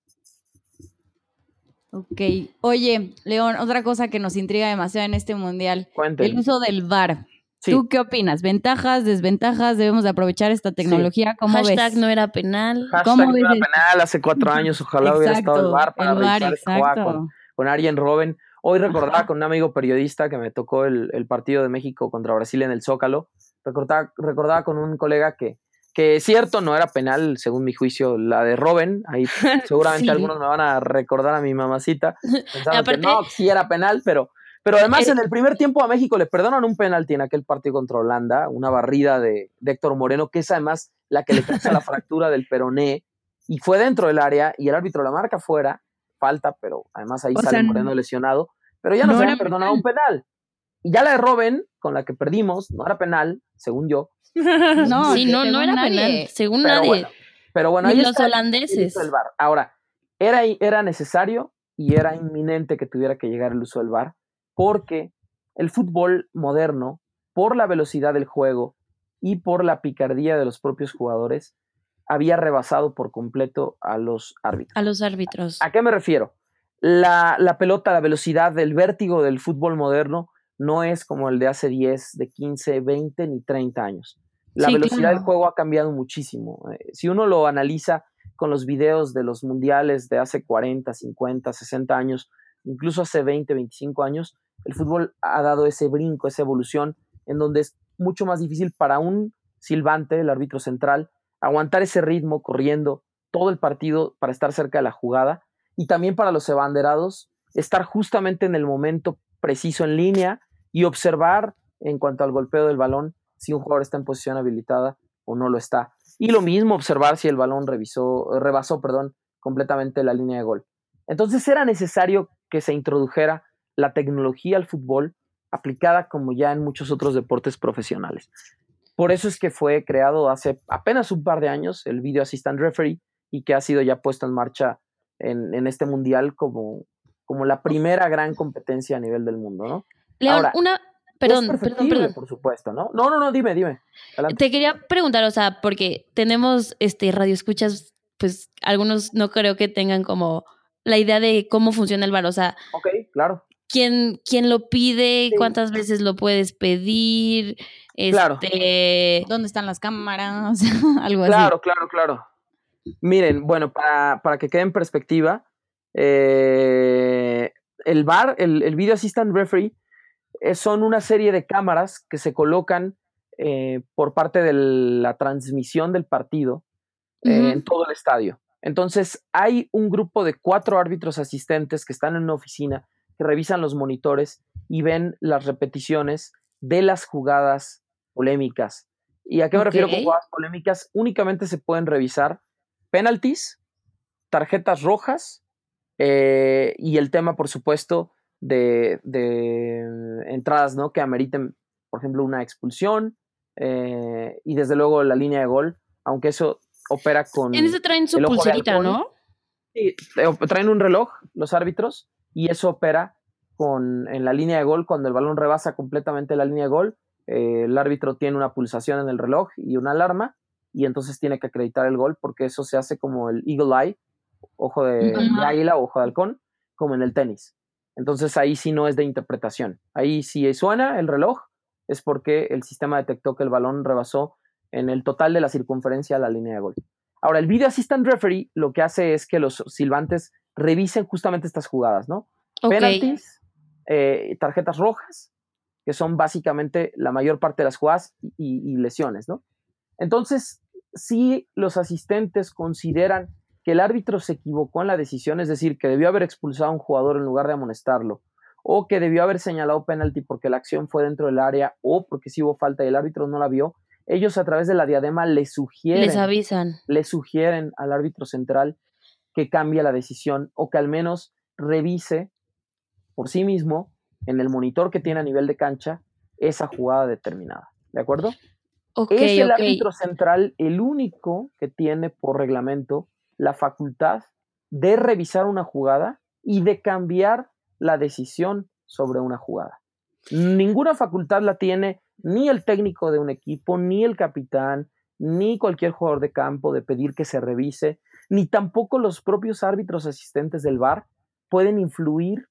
Ok. Oye, León, otra cosa que nos intriga demasiado en este mundial, el uso del VAR. Sí. ¿Tú qué opinas? ¿Ventajas, desventajas? ¿Debemos de aprovechar esta tecnología? ¿Cómo Hashtag ves? no era penal. Hashtag no era penal hace 4 años. Ojalá hubiera estado el VAR para revisar esta jugada con Arjen Robben. Hoy recordaba con un amigo periodista que me tocó el partido de México contra Brasil en el Zócalo. Recordaba con un colega que es cierto, no era penal, según mi juicio, la de Robben. Ahí seguramente algunos me van a recordar a mi mamacita. Pensaban aparte, que no, sí era penal, pero además en el primer tiempo a México le perdonan un penalti en aquel partido contra Holanda, una barrida de Héctor Moreno, que es además la que le causa la fractura del peroné, y fue dentro del área, y el árbitro la marca fuera, falta, pero además ahí sale Moreno lesionado, pero ya no se había perdonado un penal. Y ya la de Robben, con la que perdimos, no era penal, según yo. No era penal, según nadie. Pero bueno, ni ahí los holandeses. El VAR. Ahora, era necesario y era inminente que tuviera que llegar el uso del VAR, porque el fútbol moderno, por la velocidad del juego y por la picardía de los propios jugadores, había rebasado por completo a los árbitros. ¿A qué me refiero? La pelota, la velocidad, el vértigo del fútbol moderno no es como el de hace 10, de 15, 20 ni 30 años. La velocidad del juego ha cambiado muchísimo. Si uno lo analiza con los videos de los mundiales de hace 40, 50, 60 años, incluso hace 20, 25 años, el fútbol ha dado ese brinco, esa evolución, en donde es mucho más difícil para un silbante, el árbitro central, aguantar ese ritmo corriendo todo el partido para estar cerca de la jugada, y también para los abanderados estar justamente en el momento preciso en línea y observar en cuanto al golpeo del balón si un jugador está en posición habilitada o no lo está. Y lo mismo observar si el balón rebasó completamente la línea de gol. Entonces era necesario que se introdujera la tecnología al fútbol aplicada como ya en muchos otros deportes profesionales. Por eso es que fue creado hace apenas un par de años el Video Assistant Referee y que ha sido ya puesto en marcha en este mundial como la primera gran competencia a nivel del mundo, ¿no? León, ahora, perdón. Por supuesto, ¿no? No, dime. Adelante. Te quería preguntar, o sea, porque tenemos radioescuchas, pues algunos no creo que tengan como la idea de cómo funciona el VAR, o sea, ok, claro. ¿Quién lo pide? Sí. ¿Cuántas veces lo puedes pedir? Claro. ¿Dónde están las cámaras? Algo así. Claro. Miren, bueno, para que quede en perspectiva, el VAR, el Video Assistant Referee, son una serie de cámaras que se colocan por parte de la transmisión del partido en todo el estadio. Entonces, hay un grupo de 4 árbitros asistentes que están en una oficina que revisan los monitores y ven las repeticiones de las jugadas polémicas. ¿Y a qué me refiero con jugadas polémicas? Únicamente se pueden revisar penaltis, tarjetas rojas y el tema, por supuesto, de entradas, ¿no? Que ameriten, por ejemplo, una expulsión y desde luego la línea de gol, aunque eso opera con... En ese traen su pulserita, ¿no? Sí, traen un reloj los árbitros y eso opera en la línea de gol cuando el balón rebasa completamente la línea de gol el árbitro tiene una pulsación en el reloj y una alarma, y entonces tiene que acreditar el gol, porque eso se hace como el eagle eye, ojo de águila o ojo de halcón, como en el tenis. Entonces ahí sí no es de interpretación. Ahí si suena el reloj es porque el sistema detectó que el balón rebasó en el total de la circunferencia a la línea de gol. Ahora, el Video Assistant Referee lo que hace es que los silbantes revisen justamente estas jugadas, ¿no? Ok. Penalties, tarjetas rojas, que son básicamente la mayor parte de las jugadas, y lesiones, ¿no? Entonces, si los asistentes consideran que el árbitro se equivocó en la decisión, es decir, que debió haber expulsado a un jugador en lugar de amonestarlo, o que debió haber señalado penalti porque la acción fue dentro del área, o porque sí hubo falta y el árbitro no la vio, ellos a través de la diadema les avisan. sugieren al árbitro central que cambie la decisión, o que al menos revise por sí mismo en el monitor que tiene a nivel de cancha esa jugada determinada. ¿De acuerdo? Es el árbitro central el único que tiene por reglamento la facultad de revisar una jugada y de cambiar la decisión sobre una jugada. Ninguna facultad la tiene ni el técnico de un equipo, ni el capitán, ni cualquier jugador de campo, de pedir que se revise, ni tampoco los propios árbitros asistentes del VAR pueden influir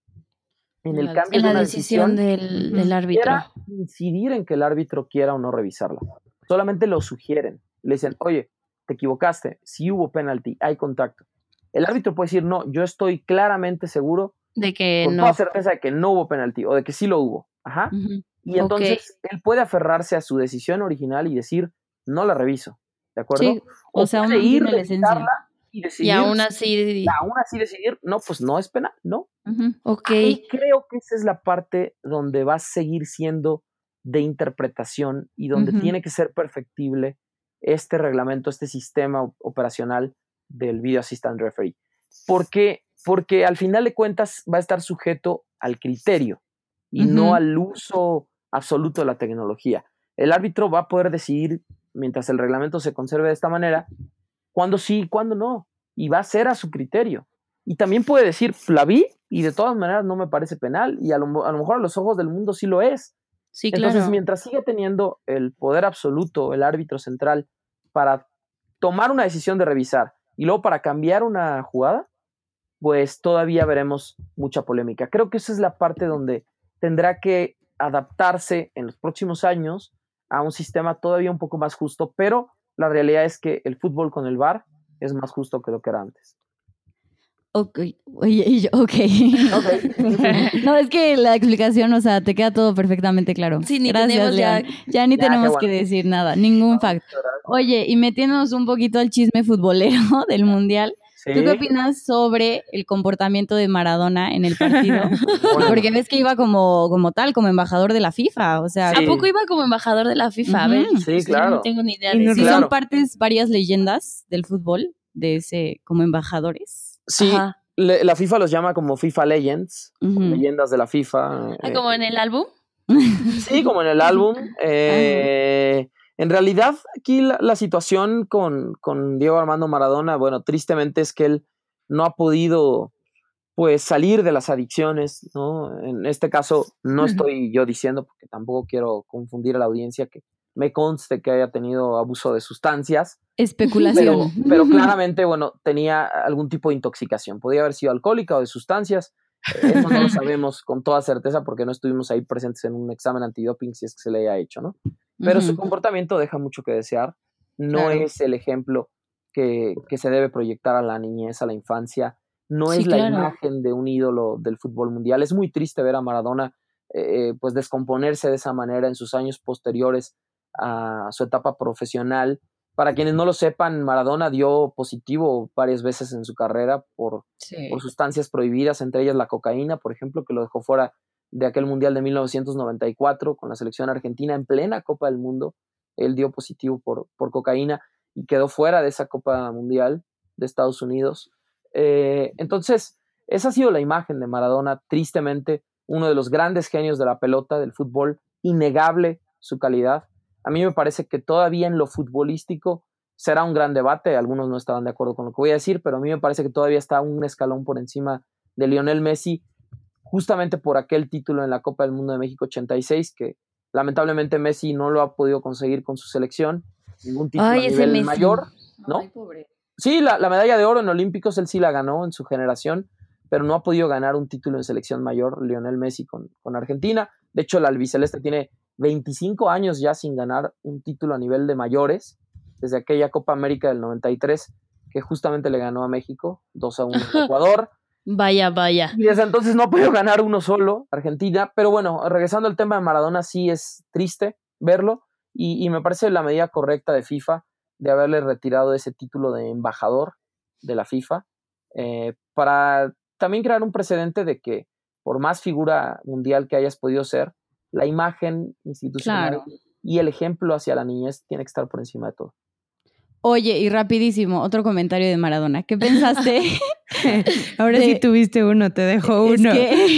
en el cambio en de la una decisión del árbitro. Incidir en que el árbitro quiera o no revisarla. Solamente lo sugieren. Le dicen, oye, te equivocaste, si hubo penalti, hay contacto. El árbitro puede decir, no, yo estoy claramente seguro, de que con toda certeza de que no hubo penalti, o de que sí lo hubo. Ajá. Y entonces él puede aferrarse a su decisión original y decir, no la reviso. ¿De acuerdo? Sí, o sea, puede aún ir, tiene la esencia. y decidir, y aún así decidir, no, pues no es penal, ¿no? Ok. Y creo que esa es la parte donde va a seguir siendo de interpretación y donde tiene que ser perfectible este reglamento, este sistema operacional del Video Assistant Referee. Porque al final de cuentas va a estar sujeto al criterio y no al uso absoluto de la tecnología. El árbitro va a poder decidir, mientras el reglamento se conserve de esta manera, cuándo sí y cuándo no, y va a ser a su criterio. Y también puede decir, la vi y de todas maneras no me parece penal, y a lo mejor a los ojos del mundo sí lo es. Sí, Entonces, claro. mientras siga teniendo el poder absoluto, el árbitro central, para tomar una decisión de revisar y luego para cambiar una jugada, pues todavía veremos mucha polémica. Creo que esa es la parte donde tendrá que adaptarse en los próximos años a un sistema todavía un poco más justo, pero la realidad es que el fútbol con el VAR es más justo que lo que era antes. Ok, oye, ok. No, es que la explicación, o sea, te queda todo perfectamente claro. Sí, ni Gracias, tenemos León. Ya ni tenemos que decir nada, ningún fact. Oye, y metiéndonos un poquito al chisme futbolero del Mundial, ¿Sí? ¿tú qué opinas sobre el comportamiento de Maradona en el partido? Porque ves que iba como embajador de la FIFA, o sea... ¿A poco iba como embajador de la FIFA? A ver, sí, claro. Yo no tengo ni idea Y de no- eso. Sí, Claro. son partes, varias leyendas del fútbol, de ese, como embajadores. Sí, Ajá. la FIFA los llama como FIFA Legends, leyendas de la FIFA. ¿Como en el álbum? Sí, como en el álbum. En realidad, aquí la situación con Diego Armando Maradona, bueno, tristemente es que él no ha podido, pues, salir de las adicciones, ¿no? En este caso, no estoy yo diciendo, porque tampoco quiero confundir a la audiencia, que me conste que haya tenido abuso de sustancias, Especulación. pero claramente, bueno, tenía algún tipo de intoxicación. Podía haber sido alcohólica o de sustancias. Eso no lo sabemos con toda certeza porque no estuvimos ahí presentes en un examen antidoping, si es que se le haya hecho, ¿no? Pero su comportamiento deja mucho que desear. No Claro. es el ejemplo que se debe proyectar a la niñez, a la infancia. No Sí, es la claro. imagen de un ídolo del fútbol mundial. Es muy triste ver a Maradona pues descomponerse de esa manera en sus años posteriores a su etapa profesional. Para quienes no lo sepan, Maradona dio positivo varias veces en su carrera por sustancias prohibidas, entre ellas la cocaína, por ejemplo, que lo dejó fuera de aquel Mundial de 1994 con la selección argentina en plena Copa del Mundo. Él dio positivo por cocaína y quedó fuera de esa Copa Mundial de Estados Unidos. Entonces, esa ha sido la imagen de Maradona, tristemente, uno de los grandes genios de la pelota, del fútbol, innegable su calidad. A mí me parece que todavía en lo futbolístico será un gran debate, algunos no estarán de acuerdo con lo que voy a decir, pero a mí me parece que todavía está un escalón por encima de Lionel Messi, justamente por aquel título en la Copa del Mundo de México 86, que Lamentablemente Messi no lo ha podido conseguir con su selección, ningún título Ay, a ese nivel Messi. mayor, ¿no? Ay, pobre. Sí, la medalla de oro en Olímpicos él sí la ganó en su generación, pero no ha podido ganar un título en selección mayor, Lionel Messi con Argentina. De hecho, la albiceleste tiene 25 años ya sin ganar un título a nivel de mayores, desde aquella Copa América del 93, que justamente le ganó a México 2-1 en Ecuador. Vaya. Y desde entonces no ha podido ganar uno solo, Argentina. Pero bueno, regresando al tema de Maradona, sí es triste verlo y me parece la medida correcta de FIFA de haberle retirado ese título de embajador de la FIFA para también crear un precedente de que por más figura mundial que hayas podido ser, la imagen institucional y el ejemplo hacia la niñez tiene que estar por encima de todo. Oye, y rapidísimo, otro comentario de Maradona. ¿Qué pensaste? Ahora sí tuviste uno, te dejo uno.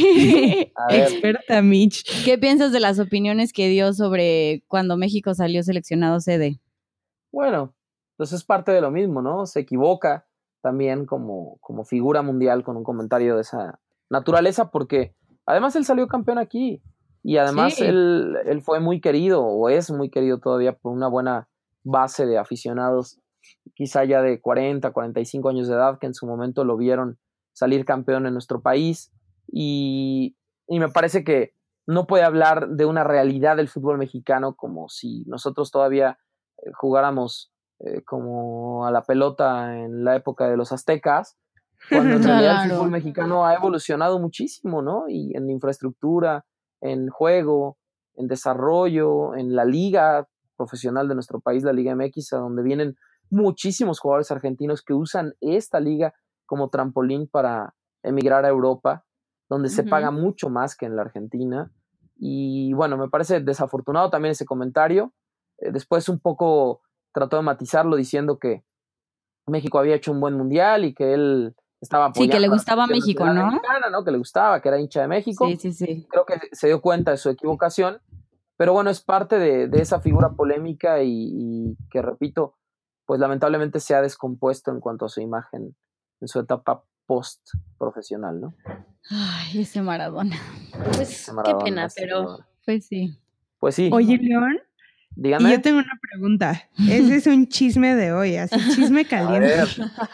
Experta Mitch. ¿Qué piensas de las opiniones que dio sobre cuando México salió seleccionado sede? Bueno, pues es parte de lo mismo, ¿no? Se equivoca también como figura mundial con un comentario de esa naturaleza porque además él salió campeón aquí y además él fue muy querido o es muy querido todavía por una buena base de aficionados, quizá ya de 40, 45 años de edad, que en su momento lo vieron salir campeón en nuestro país y me parece que no puede hablar de una realidad del fútbol mexicano como si nosotros todavía jugáramos como a la pelota en la época de los aztecas, cuando en realidad el fútbol mexicano ha evolucionado muchísimo, ¿no? Y en infraestructura, en juego, en desarrollo, en la liga profesional de nuestro país, la Liga MX, a donde vienen muchísimos jugadores argentinos que usan esta liga como trampolín para emigrar a Europa, donde se paga mucho más que en la Argentina. Y bueno, me parece desafortunado también ese comentario. Después un poco trató de matizarlo diciendo que México había hecho un buen mundial y que él estaba apoyando. Sí, que le gustaba México, ¿no? Mexicana, ¿no? Que le gustaba, que era hincha de México. Sí. Creo que se dio cuenta de su equivocación, pero bueno, es parte de esa figura polémica y que, repito, pues lamentablemente se ha descompuesto en cuanto a su imagen en su etapa post-profesional, ¿no? Ay, ese Maradona. Pues qué pena, pero... Pues sí. Pues sí. Oye, León. Dígame. Y yo tengo una pregunta. Ese es un chisme de hoy, así chisme caliente.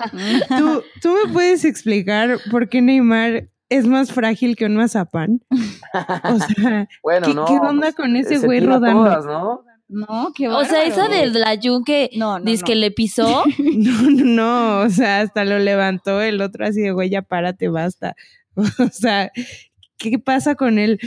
¿Tú me puedes explicar por qué Neymar es más frágil que un mazapán? O sea, bueno, ¿qué onda con ese güey rodando? Todas, ¿no? No, qué bárbaro. O sea, esa del Layun que dice que le pisó. No, o sea, hasta lo levantó el otro así de güey, ya párate, basta. O sea, ¿qué pasa con él?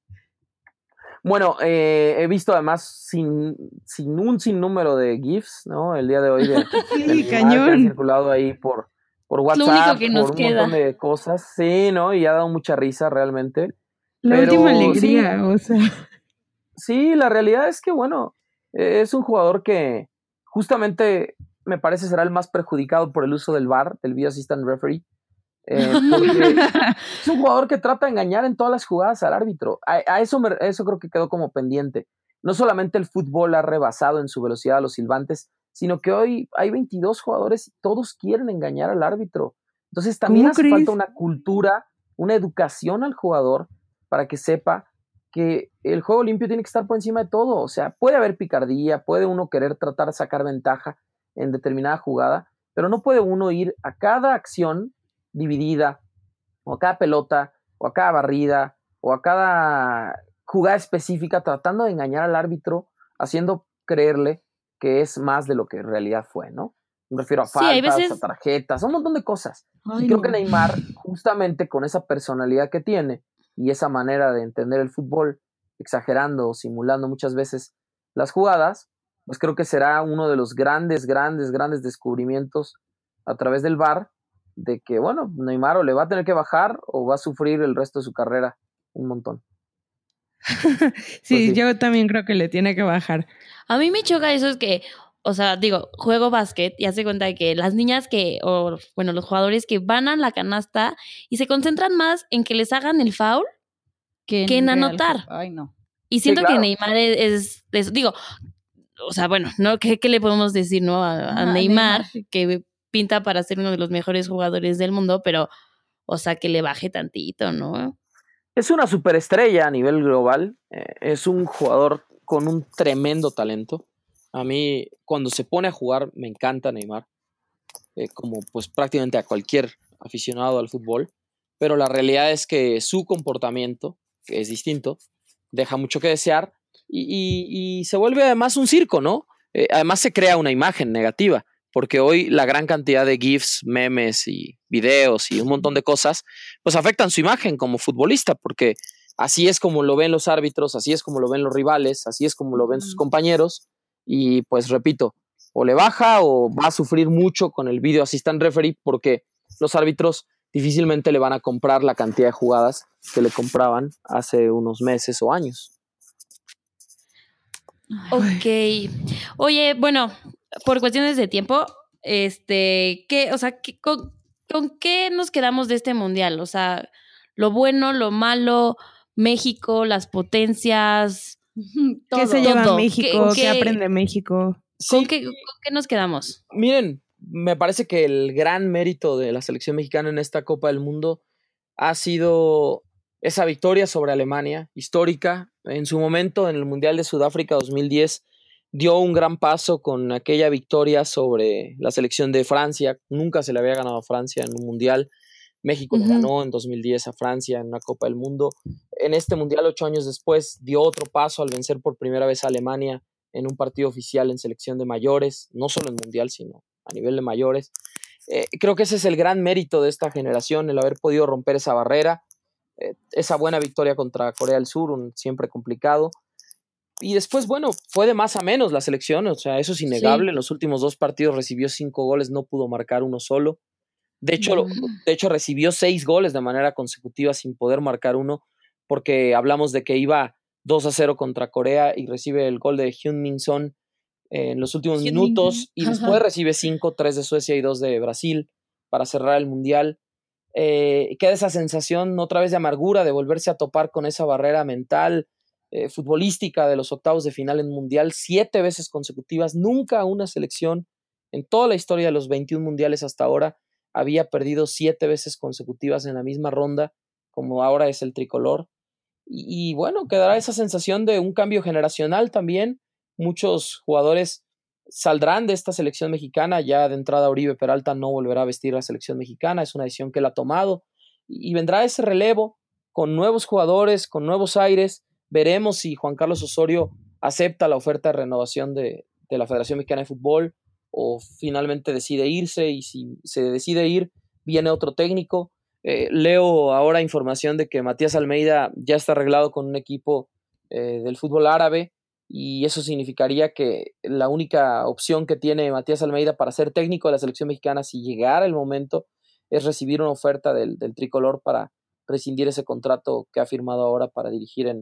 Bueno, he visto además sin un sinnúmero de GIFs, ¿no? El día de hoy sí, cañón. Que han circulado ahí por WhatsApp, por un montón de cosas. Sí, ¿no? Y ha dado mucha risa realmente. La última alegría, o sea. Sí, la realidad es que, bueno, es un jugador que justamente me parece será el más perjudicado por el uso del VAR, del Video Assistant Referee. Porque es un jugador que trata de engañar en todas las jugadas al árbitro. Eso creo que quedó como pendiente. No solamente el fútbol ha rebasado en su velocidad a los silbantes, sino que hoy hay 22 jugadores y todos quieren engañar al árbitro. Entonces también hace falta una cultura, una educación al jugador para que sepa que el juego limpio tiene que estar por encima de todo. O sea, puede haber picardía, puede uno querer tratar de sacar ventaja en determinada jugada, pero no puede uno ir a cada acción dividida, o a cada pelota, o a cada barrida, o a cada jugada específica, tratando de engañar al árbitro, haciendo creerle que es más de lo que en realidad fue, ¿no? Me refiero a faltas, a tarjetas, a un montón de cosas. Y creo que Neymar, justamente con esa personalidad que tiene y esa manera de entender el fútbol, exagerando o simulando muchas veces las jugadas, pues creo que será uno de los grandes descubrimientos a través del VAR, de que, bueno, Neymar o le va a tener que bajar o va a sufrir el resto de su carrera un montón. Sí, yo también creo que le tiene que bajar. A mí me choca eso, es que, o sea, digo, juego básquet y hace cuenta de que las niñas los jugadores que van a la canasta y se concentran más en que les hagan el foul que en anotar. Ay, no. Y siento que Neymar es digo, o sea, bueno, ¿no? ¿Qué le podemos decir, no? A Neymar, que pinta para ser uno de los mejores jugadores del mundo, pero, o sea, que le baje tantito, ¿no? Es una superestrella a nivel global. Es un jugador con un tremendo talento. A mí, cuando se pone a jugar, me encanta Neymar. Como pues prácticamente a cualquier aficionado al fútbol. Pero la realidad es que su comportamiento, que es distinto, deja mucho que desear y se vuelve además un circo, ¿no? Además se crea una imagen negativa, porque hoy la gran cantidad de GIFs, memes y videos y un montón de cosas, pues afectan su imagen como futbolista, porque así es como lo ven los árbitros, así es como lo ven los rivales, así es como lo ven sus compañeros, y pues repito, o le baja o va a sufrir mucho con el video assistant referee, porque los árbitros difícilmente le van a comprar la cantidad de jugadas que le compraban hace unos meses o años. Ok. Oye, bueno, por cuestiones de tiempo, ¿qué, o sea, con qué nos quedamos de este mundial? O sea, lo bueno, lo malo, México, las potencias, ¿Qué se todo. lleva México? ¿Qué- ¿Qué aprende México? ¿Con qué nos quedamos? Miren, me parece que el gran mérito de la selección mexicana en esta Copa del Mundo ha sido esa victoria sobre Alemania, histórica. En su momento, en el Mundial de Sudáfrica 2010, dio un gran paso con aquella victoria sobre la selección de Francia. Nunca se le había ganado a Francia en un Mundial. México le ganó en 2010 a Francia en una Copa del Mundo. En este Mundial, 8 años después, dio otro paso al vencer por primera vez a Alemania en un partido oficial en selección de mayores, no solo en Mundial, sino a nivel de mayores. Creo que ese es el gran mérito de esta generación, el haber podido romper esa barrera, esa buena victoria contra Corea del Sur, siempre complicado. Y después, bueno, fue de más a menos la selección, o sea, eso es innegable. Sí. En los últimos 2 partidos recibió 5 goles, no pudo marcar uno solo. De hecho, recibió 6 goles de manera consecutiva sin poder marcar uno, porque hablamos de que iba 2-0 contra Corea y recibe el gol de Heung-min Son en los últimos minutos y después recibe 5, 3 de Suecia y 2 de Brasil para cerrar el Mundial. Queda esa sensación otra vez de amargura, de volverse a topar con esa barrera mental, futbolística de los octavos de final en Mundial 7 veces consecutivas. Nunca una selección en toda la historia de los 21 mundiales hasta ahora había perdido 7 veces consecutivas en la misma ronda, como ahora es el tricolor. Y bueno, quedará esa sensación de un cambio generacional también. Muchos jugadores saldrán de esta selección mexicana. Ya de entrada Oribe Peralta no volverá a vestir la selección mexicana, es una decisión que él ha tomado. Y vendrá ese relevo con nuevos jugadores, con nuevos aires. Veremos si Juan Carlos Osorio acepta la oferta de renovación de la Federación Mexicana de Fútbol o finalmente decide irse, y si se decide ir, viene otro técnico. Leo ahora información de que Matías Almeida ya está arreglado con un equipo del fútbol árabe, y eso significaría que la única opción que tiene Matías Almeida para ser técnico de la selección mexicana, si llegara el momento, es recibir una oferta del tricolor para rescindir ese contrato que ha firmado ahora para dirigir en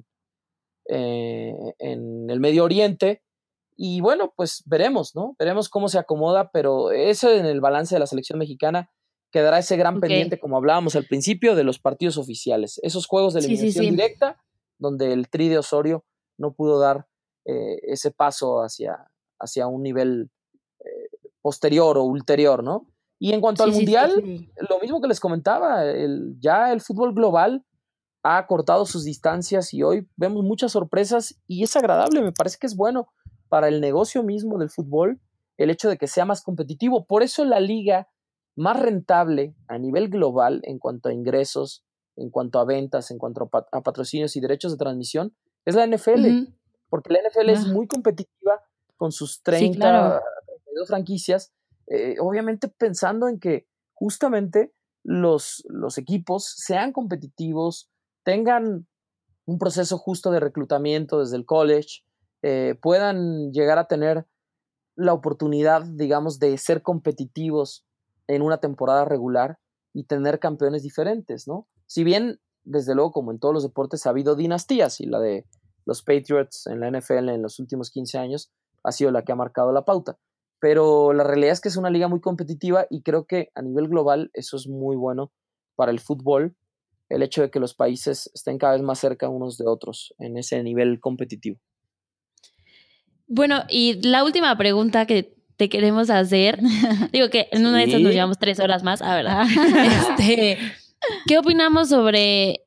el Medio Oriente. Y bueno, pues veremos, ¿no? Veremos cómo se acomoda, pero eso en el balance de la selección mexicana quedará ese gran pendiente, como hablábamos al principio, de los partidos oficiales. Esos juegos de eliminación directa, donde el Tri de Osorio no pudo dar ese paso hacia un nivel posterior o ulterior, ¿no? Y en cuanto al Mundial, lo mismo que les comentaba, ya el fútbol global ha acortado sus distancias y hoy vemos muchas sorpresas y es agradable, me parece que es bueno para el negocio mismo del fútbol el hecho de que sea más competitivo. Por eso la liga más rentable a nivel global en cuanto a ingresos, en cuanto a ventas, en cuanto a patrocinios y derechos de transmisión es la NFL, porque la NFL es muy competitiva con sus 32 franquicias, obviamente pensando en que justamente los equipos sean competitivos, tengan un proceso justo de reclutamiento desde el college, puedan llegar a tener la oportunidad, digamos, de ser competitivos en una temporada regular y tener campeones diferentes, ¿no? Si bien, desde luego, como en todos los deportes, ha habido dinastías, y la de los Patriots en la NFL en los últimos 15 años ha sido la que ha marcado la pauta. Pero la realidad es que es una liga muy competitiva y creo que a nivel global eso es muy bueno para el fútbol, el hecho de que los países estén cada vez más cerca unos de otros en ese nivel competitivo. Bueno, y la última pregunta que te queremos hacer, digo que en una de esas nos llevamos 3 horas más, verdad. ¿Qué opinamos sobre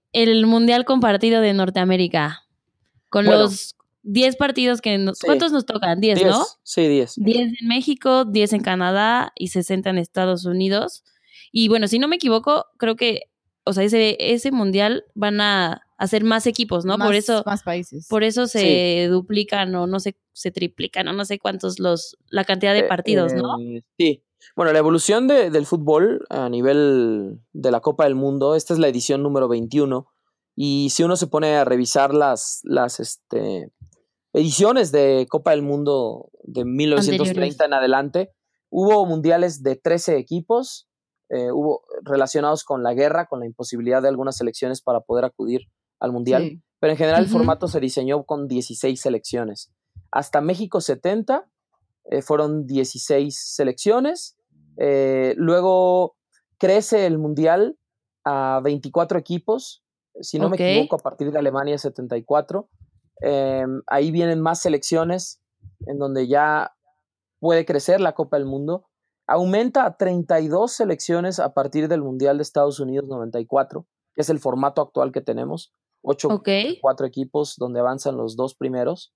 el Mundial Compartido de Norteamérica. Con Bueno. los 10 partidos que Sí. ¿Cuántos nos tocan? 10, ¿no? Sí, 10. 10 en México, 10 en Canadá y 60 en Estados Unidos. Y bueno, si no me equivoco, creo que, o sea, ese mundial van a hacer más equipos, ¿no? Más países. Por eso se duplican o no sé, se triplican o no sé cuántos la cantidad de partidos, ¿no? Sí. Bueno, la evolución del fútbol a nivel de la Copa del Mundo, esta es la edición número 21. Y si uno se pone a revisar las ediciones de Copa del Mundo de 1930 Anteriores. en adelante, hubo mundiales de 13 equipos, hubo relacionados con la guerra, con la imposibilidad de algunas selecciones para poder acudir al mundial, Sí. pero en general el Ujú. formato se diseñó con 16 selecciones. Hasta México 70 fueron 16 selecciones, luego crece el mundial a 24 equipos, si no me Ok. equivoco, a partir de Alemania 74. Ahí vienen más selecciones en donde ya puede crecer la Copa del Mundo. Aumenta a 32 selecciones a partir del Mundial de Estados Unidos 94, que es el formato actual que tenemos. 8 Ok. 4 equipos donde avanzan los 2 primeros.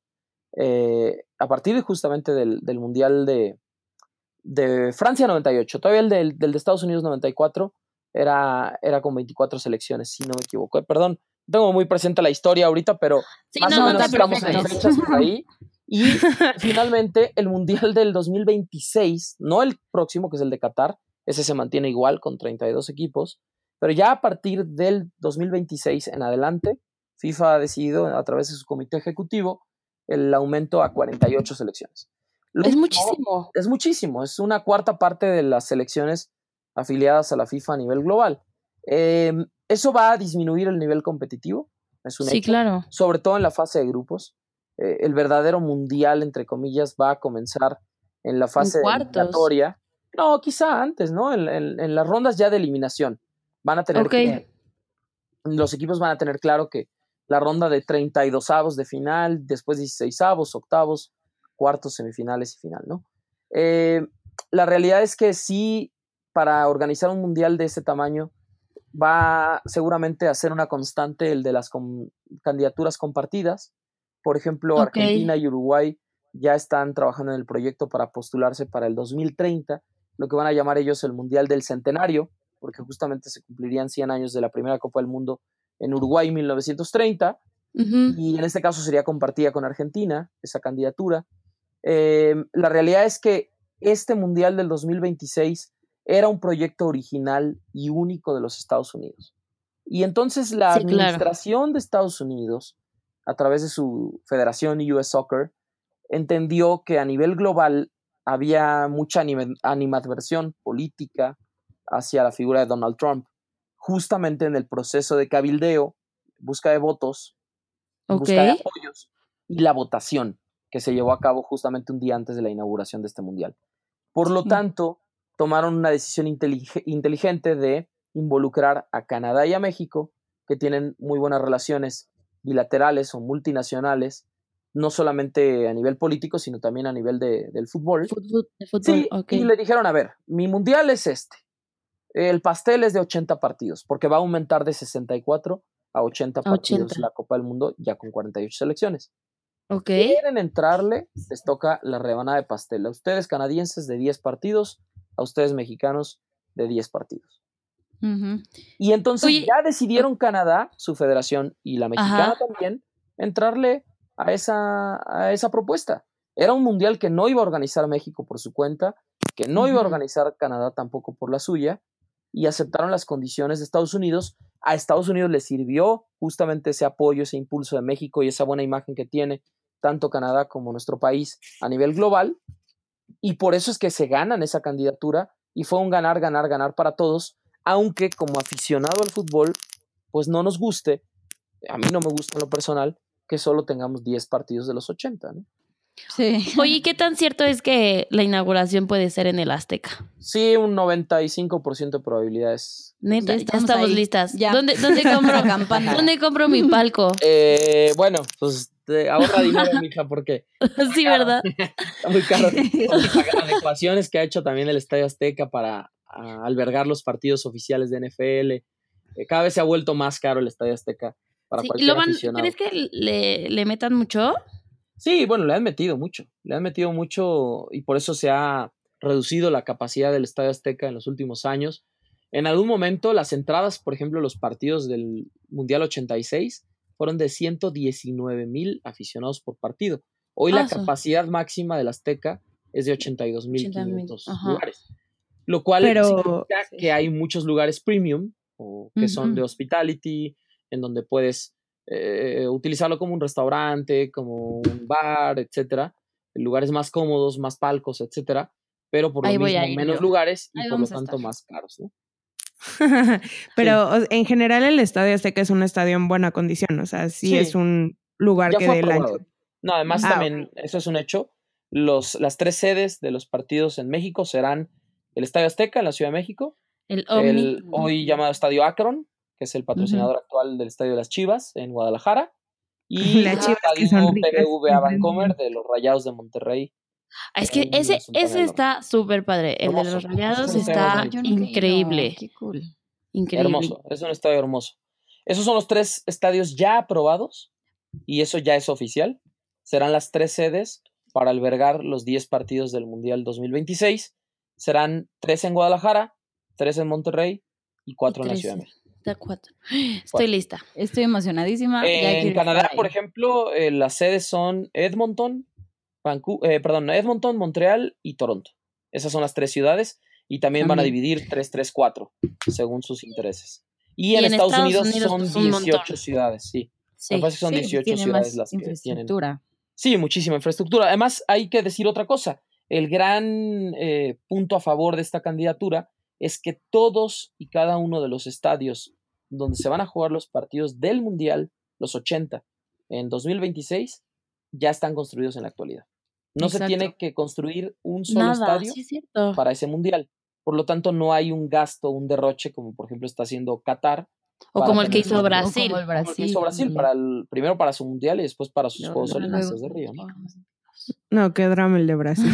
A partir justamente del Mundial de Francia 98. Todavía el de Estados Unidos 94 era con 24 selecciones, si no me equivoco. Perdón, tengo muy presente la historia ahorita, pero Sí, más no, o no menos te estamos en preocupes. fechas por ahí. Y finalmente el Mundial del 2026, no el próximo, que es el de Qatar, ese se mantiene igual con 32 equipos, pero ya a partir del 2026 en adelante, FIFA ha decidido a través de su comité ejecutivo el aumento a 48 selecciones. Es muchísimo. Es muchísimo, es una cuarta parte de las selecciones afiliadas a la FIFA a nivel global. Eso va a disminuir el nivel competitivo, es un Sí, hecho, claro. sobre todo en la fase de grupos. El verdadero mundial, entre comillas, va a comenzar en la fase En cuartos. eliminatoria. No, quizá antes, ¿no? En las rondas ya de eliminación. Van a tener Ok. los equipos van a tener claro que la ronda de 32avos de final, después 16avos, octavos, cuartos, semifinales y final, ¿no? La realidad es que sí, para organizar un mundial de ese tamaño, va seguramente a ser una constante el de las candidaturas compartidas. Por ejemplo, Ok. Argentina y Uruguay ya están trabajando en el proyecto para postularse para el 2030, lo que van a llamar ellos el Mundial del Centenario, porque justamente se cumplirían 100 años de la primera Copa del Mundo en Uruguay en 1930, Ujú. y en este caso sería compartida con Argentina, esa candidatura. La realidad es que este Mundial del 2026 era un proyecto original y único de los Estados Unidos. Y entonces la Sí, claro. administración de Estados Unidos, a través de su federación US Soccer, entendió que a nivel global había mucha animadversión política hacia la figura de Donald Trump, justamente en el proceso de cabildeo, busca de votos, Ok. busca de apoyos y la votación que se llevó a cabo justamente un día antes de la inauguración de este mundial. Por lo tanto, tomaron una decisión inteligente de involucrar a Canadá y a México, que tienen muy buenas relaciones bilaterales o multinacionales, no solamente a nivel político, sino también a nivel del fútbol. De fútbol, Sí, ok. y le dijeron, a ver, mi mundial es este. El pastel es de 80 partidos, porque va a aumentar de 64 a 80 partidos 80. la Copa del Mundo, ya con 48 selecciones. Ok. Quieren entrarle, les toca la rebanada de pastel. A ustedes canadienses de 10 partidos, a ustedes mexicanos de 10 partidos. Ujú. Y entonces Oye, ya decidieron Canadá, su federación, y la mexicana Ajá. también, entrarle a esa propuesta. Era un mundial que no iba a organizar México por su cuenta, que no iba a Ujú. organizar Canadá tampoco por la suya, y aceptaron las condiciones de Estados Unidos. A Estados Unidos le sirvió justamente ese apoyo, ese impulso de México y esa buena imagen que tiene tanto Canadá como nuestro país a nivel global, y por eso es que se ganan esa candidatura, y fue un ganar, ganar, ganar para todos, aunque como aficionado al fútbol, pues no nos guste, a mí no me gusta en lo personal, que solo tengamos 10 partidos de los 80, ¿no? Sí. Oye, ¿qué tan cierto es que la inauguración puede ser en el Azteca? Sí, un 95% de probabilidades. Neta, ya estamos estamos ahí. listas. Ya. ¿Dónde compro La campana. ¿Dónde compro mi palco? Bueno, pues ahorra dinero, mija, porque Sí, ¿verdad? está muy caro. Las adecuaciones que ha hecho también el Estadio Azteca para albergar los partidos oficiales de NFL cada vez se ha vuelto más caro el Estadio Azteca para Sí, cualquier aficionado. ¿crees que le metan mucho? Sí, bueno, le han metido mucho y por eso se ha reducido la capacidad del Estadio Azteca en los últimos años. En algún momento las entradas, por ejemplo, los partidos del Mundial 86 fueron de 119,000 aficionados por partido. Hoy la capacidad máxima del Azteca es de 82,500 lugares, lo cual significa que hay muchos lugares premium o que son de hospitality, en donde puedes utilizarlo como un restaurante, como un bar, etcétera, lugares más cómodos, más palcos, etcétera, pero por lo mismo menos lugares y por lo tanto más caros, ¿no? Pero en general el Estadio Azteca es un estadio en buena condición, o sea, sí es un lugar ya que fue dé el aprobado. ancho. No, además también, eso es un hecho, las 3 sedes de los partidos en México serán el Estadio Azteca en la Ciudad de México, el Omni, hoy llamado Estadio Akron, que es el patrocinador actual del Estadio de las Chivas en Guadalajara, y el Estadio BBVA Bancomer de los Rayados de Monterrey. Es que ese está súper padre. El de los Rayados está increíble. Qué cool. Increíble. Hermoso, es un estadio hermoso. Esos son los 3 estadios ya aprobados y eso ya es oficial. Serán las 3 sedes para albergar los 10 partidos del Mundial 2026. Serán 3 en Guadalajara, 3 en Monterrey y 4 en la Ciudad de México. Está 4. Estoy lista. Estoy emocionadísima. En Canadá, por ejemplo, las sedes son Edmonton, Edmonton, Montreal y Toronto. Esas son las 3 ciudades y también van a dividir 3-3-4 según sus intereses. Y en Estados Unidos son 18 ciudades, sí. Me parece que son 18 ciudades las que tienen. Sí, muchísima infraestructura. Además, hay que decir otra cosa. El gran punto a favor de esta candidatura es que todos y cada uno de los estadios donde se van a jugar los partidos del Mundial, los 80, en 2026, ya están construidos en la actualidad. No se tiene que construir un solo estadio para ese Mundial. Por lo tanto, no hay un gasto, un derroche, como por ejemplo está haciendo Qatar. O como el que hizo Brasil. Como el que hizo Brasil, primero para su Mundial y después para sus Juegos Olímpicos de Río, ¿no? No, qué drama el de Brasil.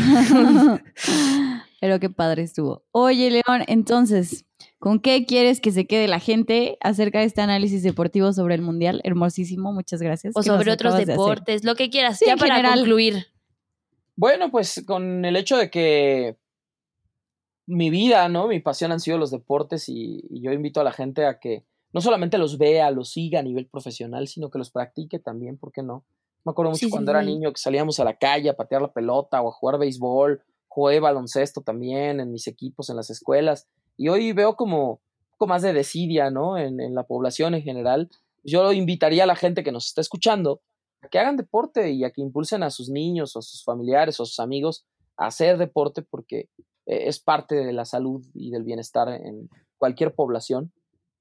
Pero qué padre estuvo. Oye, León, entonces, ¿con qué quieres que se quede la gente acerca de este análisis deportivo sobre el Mundial? Hermosísimo, muchas gracias. O sobre otros deportes, lo que quieras, ya para concluir. Bueno, pues con el hecho de que mi vida, ¿no? Mi pasión han sido los deportes y yo invito a la gente a que no solamente los vea, los siga a nivel profesional, sino que los practique también, ¿por qué no? Me acuerdo mucho cuando era niño que salíamos a la calle a patear la pelota o a jugar béisbol, jugué baloncesto también en mis equipos, en las escuelas, y hoy veo como un poco más de desidia, ¿no? En la población en general. Yo invitaría a la gente que nos está escuchando a que hagan deporte y a que impulsen a sus niños o a sus familiares o a sus amigos a hacer deporte porque es parte de la salud y del bienestar en cualquier población.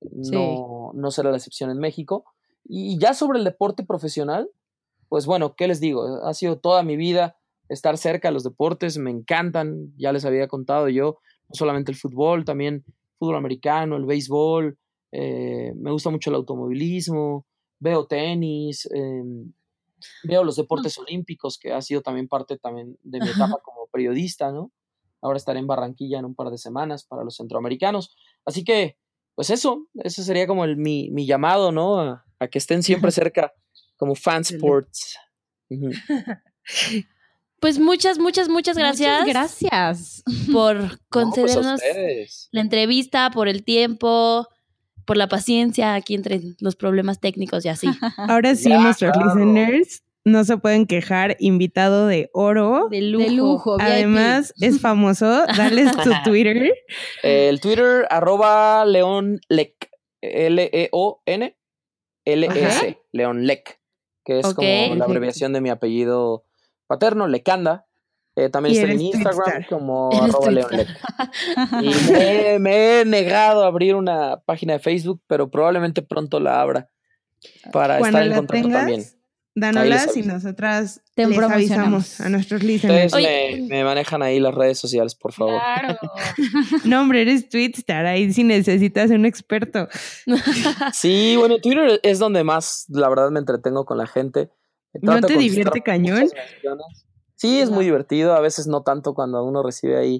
No será la excepción en México. Y ya sobre el deporte profesional, pues bueno, ¿qué les digo? Ha sido toda mi vida estar cerca de los deportes, me encantan, ya les había contado yo, no solamente el fútbol, también fútbol americano, el béisbol, me gusta mucho el automovilismo, veo tenis, veo los deportes olímpicos, que ha sido también parte también de mi etapa como periodista, ¿no? Ahora estaré en Barranquilla en un par de semanas para los centroamericanos. Así que, pues eso sería como mi llamado, ¿no? A que estén siempre cerca como fan sports. Pues muchas gracias. Muchas gracias por concedernos la entrevista, por el tiempo, por la paciencia aquí entre los problemas técnicos y así. Ahora sí, nuestros listeners no se pueden quejar, invitado de oro. De lujo. Además, es famoso. Dale tu Twitter. El Twitter, @leonlec. LEONLES. Leonlec. Que es como la abreviación de mi apellido paterno, Lecanda. También estoy en Instagram como @leonlec. Y me he negado a abrir una página de Facebook, pero probablemente pronto la abra para estar en contacto también. Dánolas y nosotras les avisamos a nuestros listeners. Ustedes me manejan ahí las redes sociales, por favor. Claro. No, hombre, eres Twitstar, ahí sí necesitas un experto. Sí, bueno, Twitter es donde más, la verdad, me entretengo con la gente. ¿No te divierte cañón? Sí, es muy divertido, a veces no tanto cuando uno recibe ahí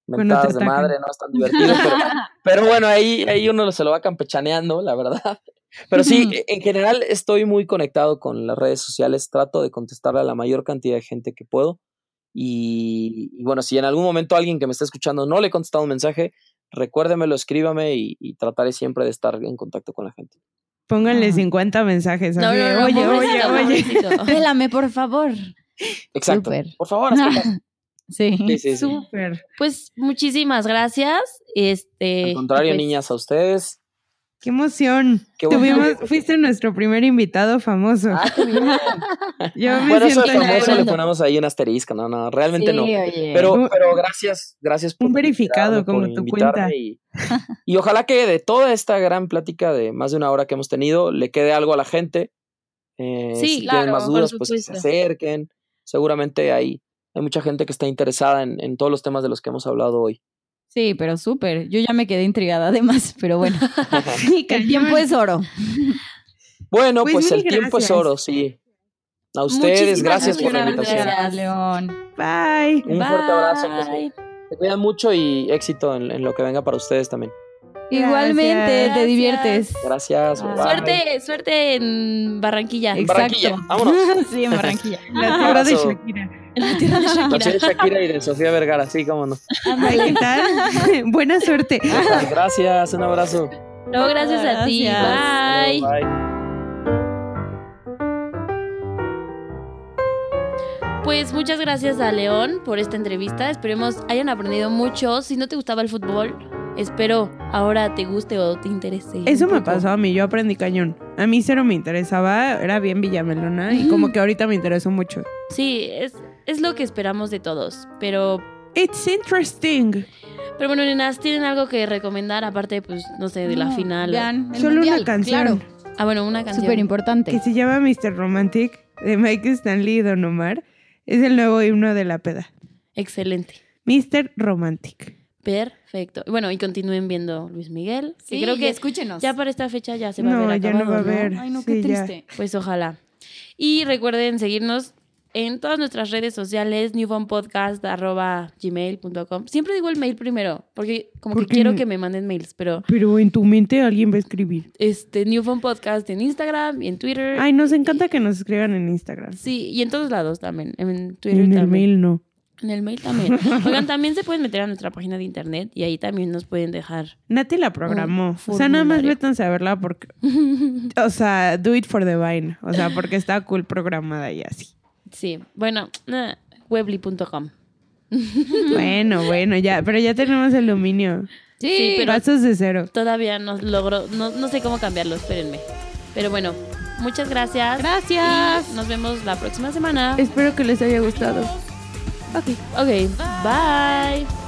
Cuando te mentadas de atacan. madre, no es tan divertido, pero bueno, ahí uno se lo va campechaneando, la verdad. Pero sí, en general estoy muy conectado con las redes sociales, trato de contestarle a la mayor cantidad de gente que puedo. Y bueno, si en algún momento alguien que me está escuchando no le he contestado un mensaje, recuérdemelo, escríbame y trataré siempre de estar en contacto con la gente. Pónganle 50 mensajes. No, Así de, no, oye. pobrecito. Pélame, por favor. Exacto. Súper. Por favor, hazme caso. Sí. Sí. Súper. Pues muchísimas gracias. Al contrario, pues, niñas, a ustedes. Qué emoción. Qué bueno. Fuiste nuestro primer invitado famoso. Ah, qué bien. Yo me Bueno, eso siento de famoso le alegrando. ponemos ahí un asterisco. No, realmente Sí, no. oye. Pero gracias por Un verificado, considerarme, como por tu invitarme cuenta. y ojalá que de toda esta gran plática de más de una hora que hemos tenido le quede algo a la gente. Sí, si claro, tienen más por dudas, pues que se supuesto. acerquen. Seguramente hay mucha gente que está interesada en todos los temas de los que hemos hablado hoy. Sí, pero súper. Yo ya me quedé intrigada además, pero bueno. Sí, El tiempo es oro. Bueno, Pues pues mil el tiempo es gracias. oro, sí. A ustedes, Muchísimas gracias por la gracias. invitación. Gracias, León. Bye. Un fuerte abrazo. Bye. Se cuidan mucho y éxito en lo que venga para ustedes también. Igualmente, te Gracias. diviertes. Gracias. Ah. bye. Suerte en Barranquilla. En Barranquilla, Exacto. vámonos. Sí, en Barranquilla. La tierra de Abrazo. Shakira. En la tierra de La Shakira. de Shakira y de Sofía Vergara, sí, cómo no. Ay, ¿qué tal? Buena suerte. Gracias, un abrazo. No, gracias a ti. Gracias. Bye. Bye. Pues muchas gracias a León por esta entrevista. Esperemos hayan aprendido mucho. Si no te gustaba el fútbol, espero ahora te guste o te interese. Eso un me poco. pasó a mí, yo aprendí cañón. A mí cero me interesaba, era bien Villamelona y como que ahorita me interesó mucho. Sí, es lo que esperamos de todos. Pero It's interesting. bueno, nenas, ¿tienen algo que recomendar aparte, pues, no sé, de la No, final? Vean, el Solo mundial, una canción Claro, Ah, bueno, una canción. súper importante. que se llama Mr. Romantic de Mike Stanley y Don Omar. Es el nuevo himno de la peda. Excelente. Mr. Romantic. Perfecto. Bueno, y continúen viendo Luis Miguel. Que Sí, creo que escúchenos. ya para esta fecha ya se va a No, ver ya acabado, no va a haber. Ay, no, qué Sí, ya. triste. Pues ojalá. Y recuerden seguirnos en todas nuestras redes sociales, newfoundpodcast@gmail.com. Siempre digo el mail primero, porque como ¿Por que qué quiero no? que me manden mails, pero Pero en tu mente alguien va a escribir. Newfound Podcast en Instagram y en Twitter. Ay, nos encanta que nos escriban en Instagram. Sí, y en todos lados también. En Twitter En el también. mail no. En el mail también. Oigan, también se pueden meter a nuestra página de internet y ahí también nos pueden dejar. Nati la programó. Un O sea, nada más formulario. métanse a verla porque... O sea, do it for the vine. O sea, porque está cool programada y así. Sí, bueno, webly.com. Bueno, ya. Pero ya tenemos el dominio. Sí, pero Pasos de cero. todavía no logro, no sé cómo cambiarlo, espérenme. Pero bueno, muchas gracias. Gracias. Y nos vemos la próxima semana. Espero que les haya gustado. Ok, bye.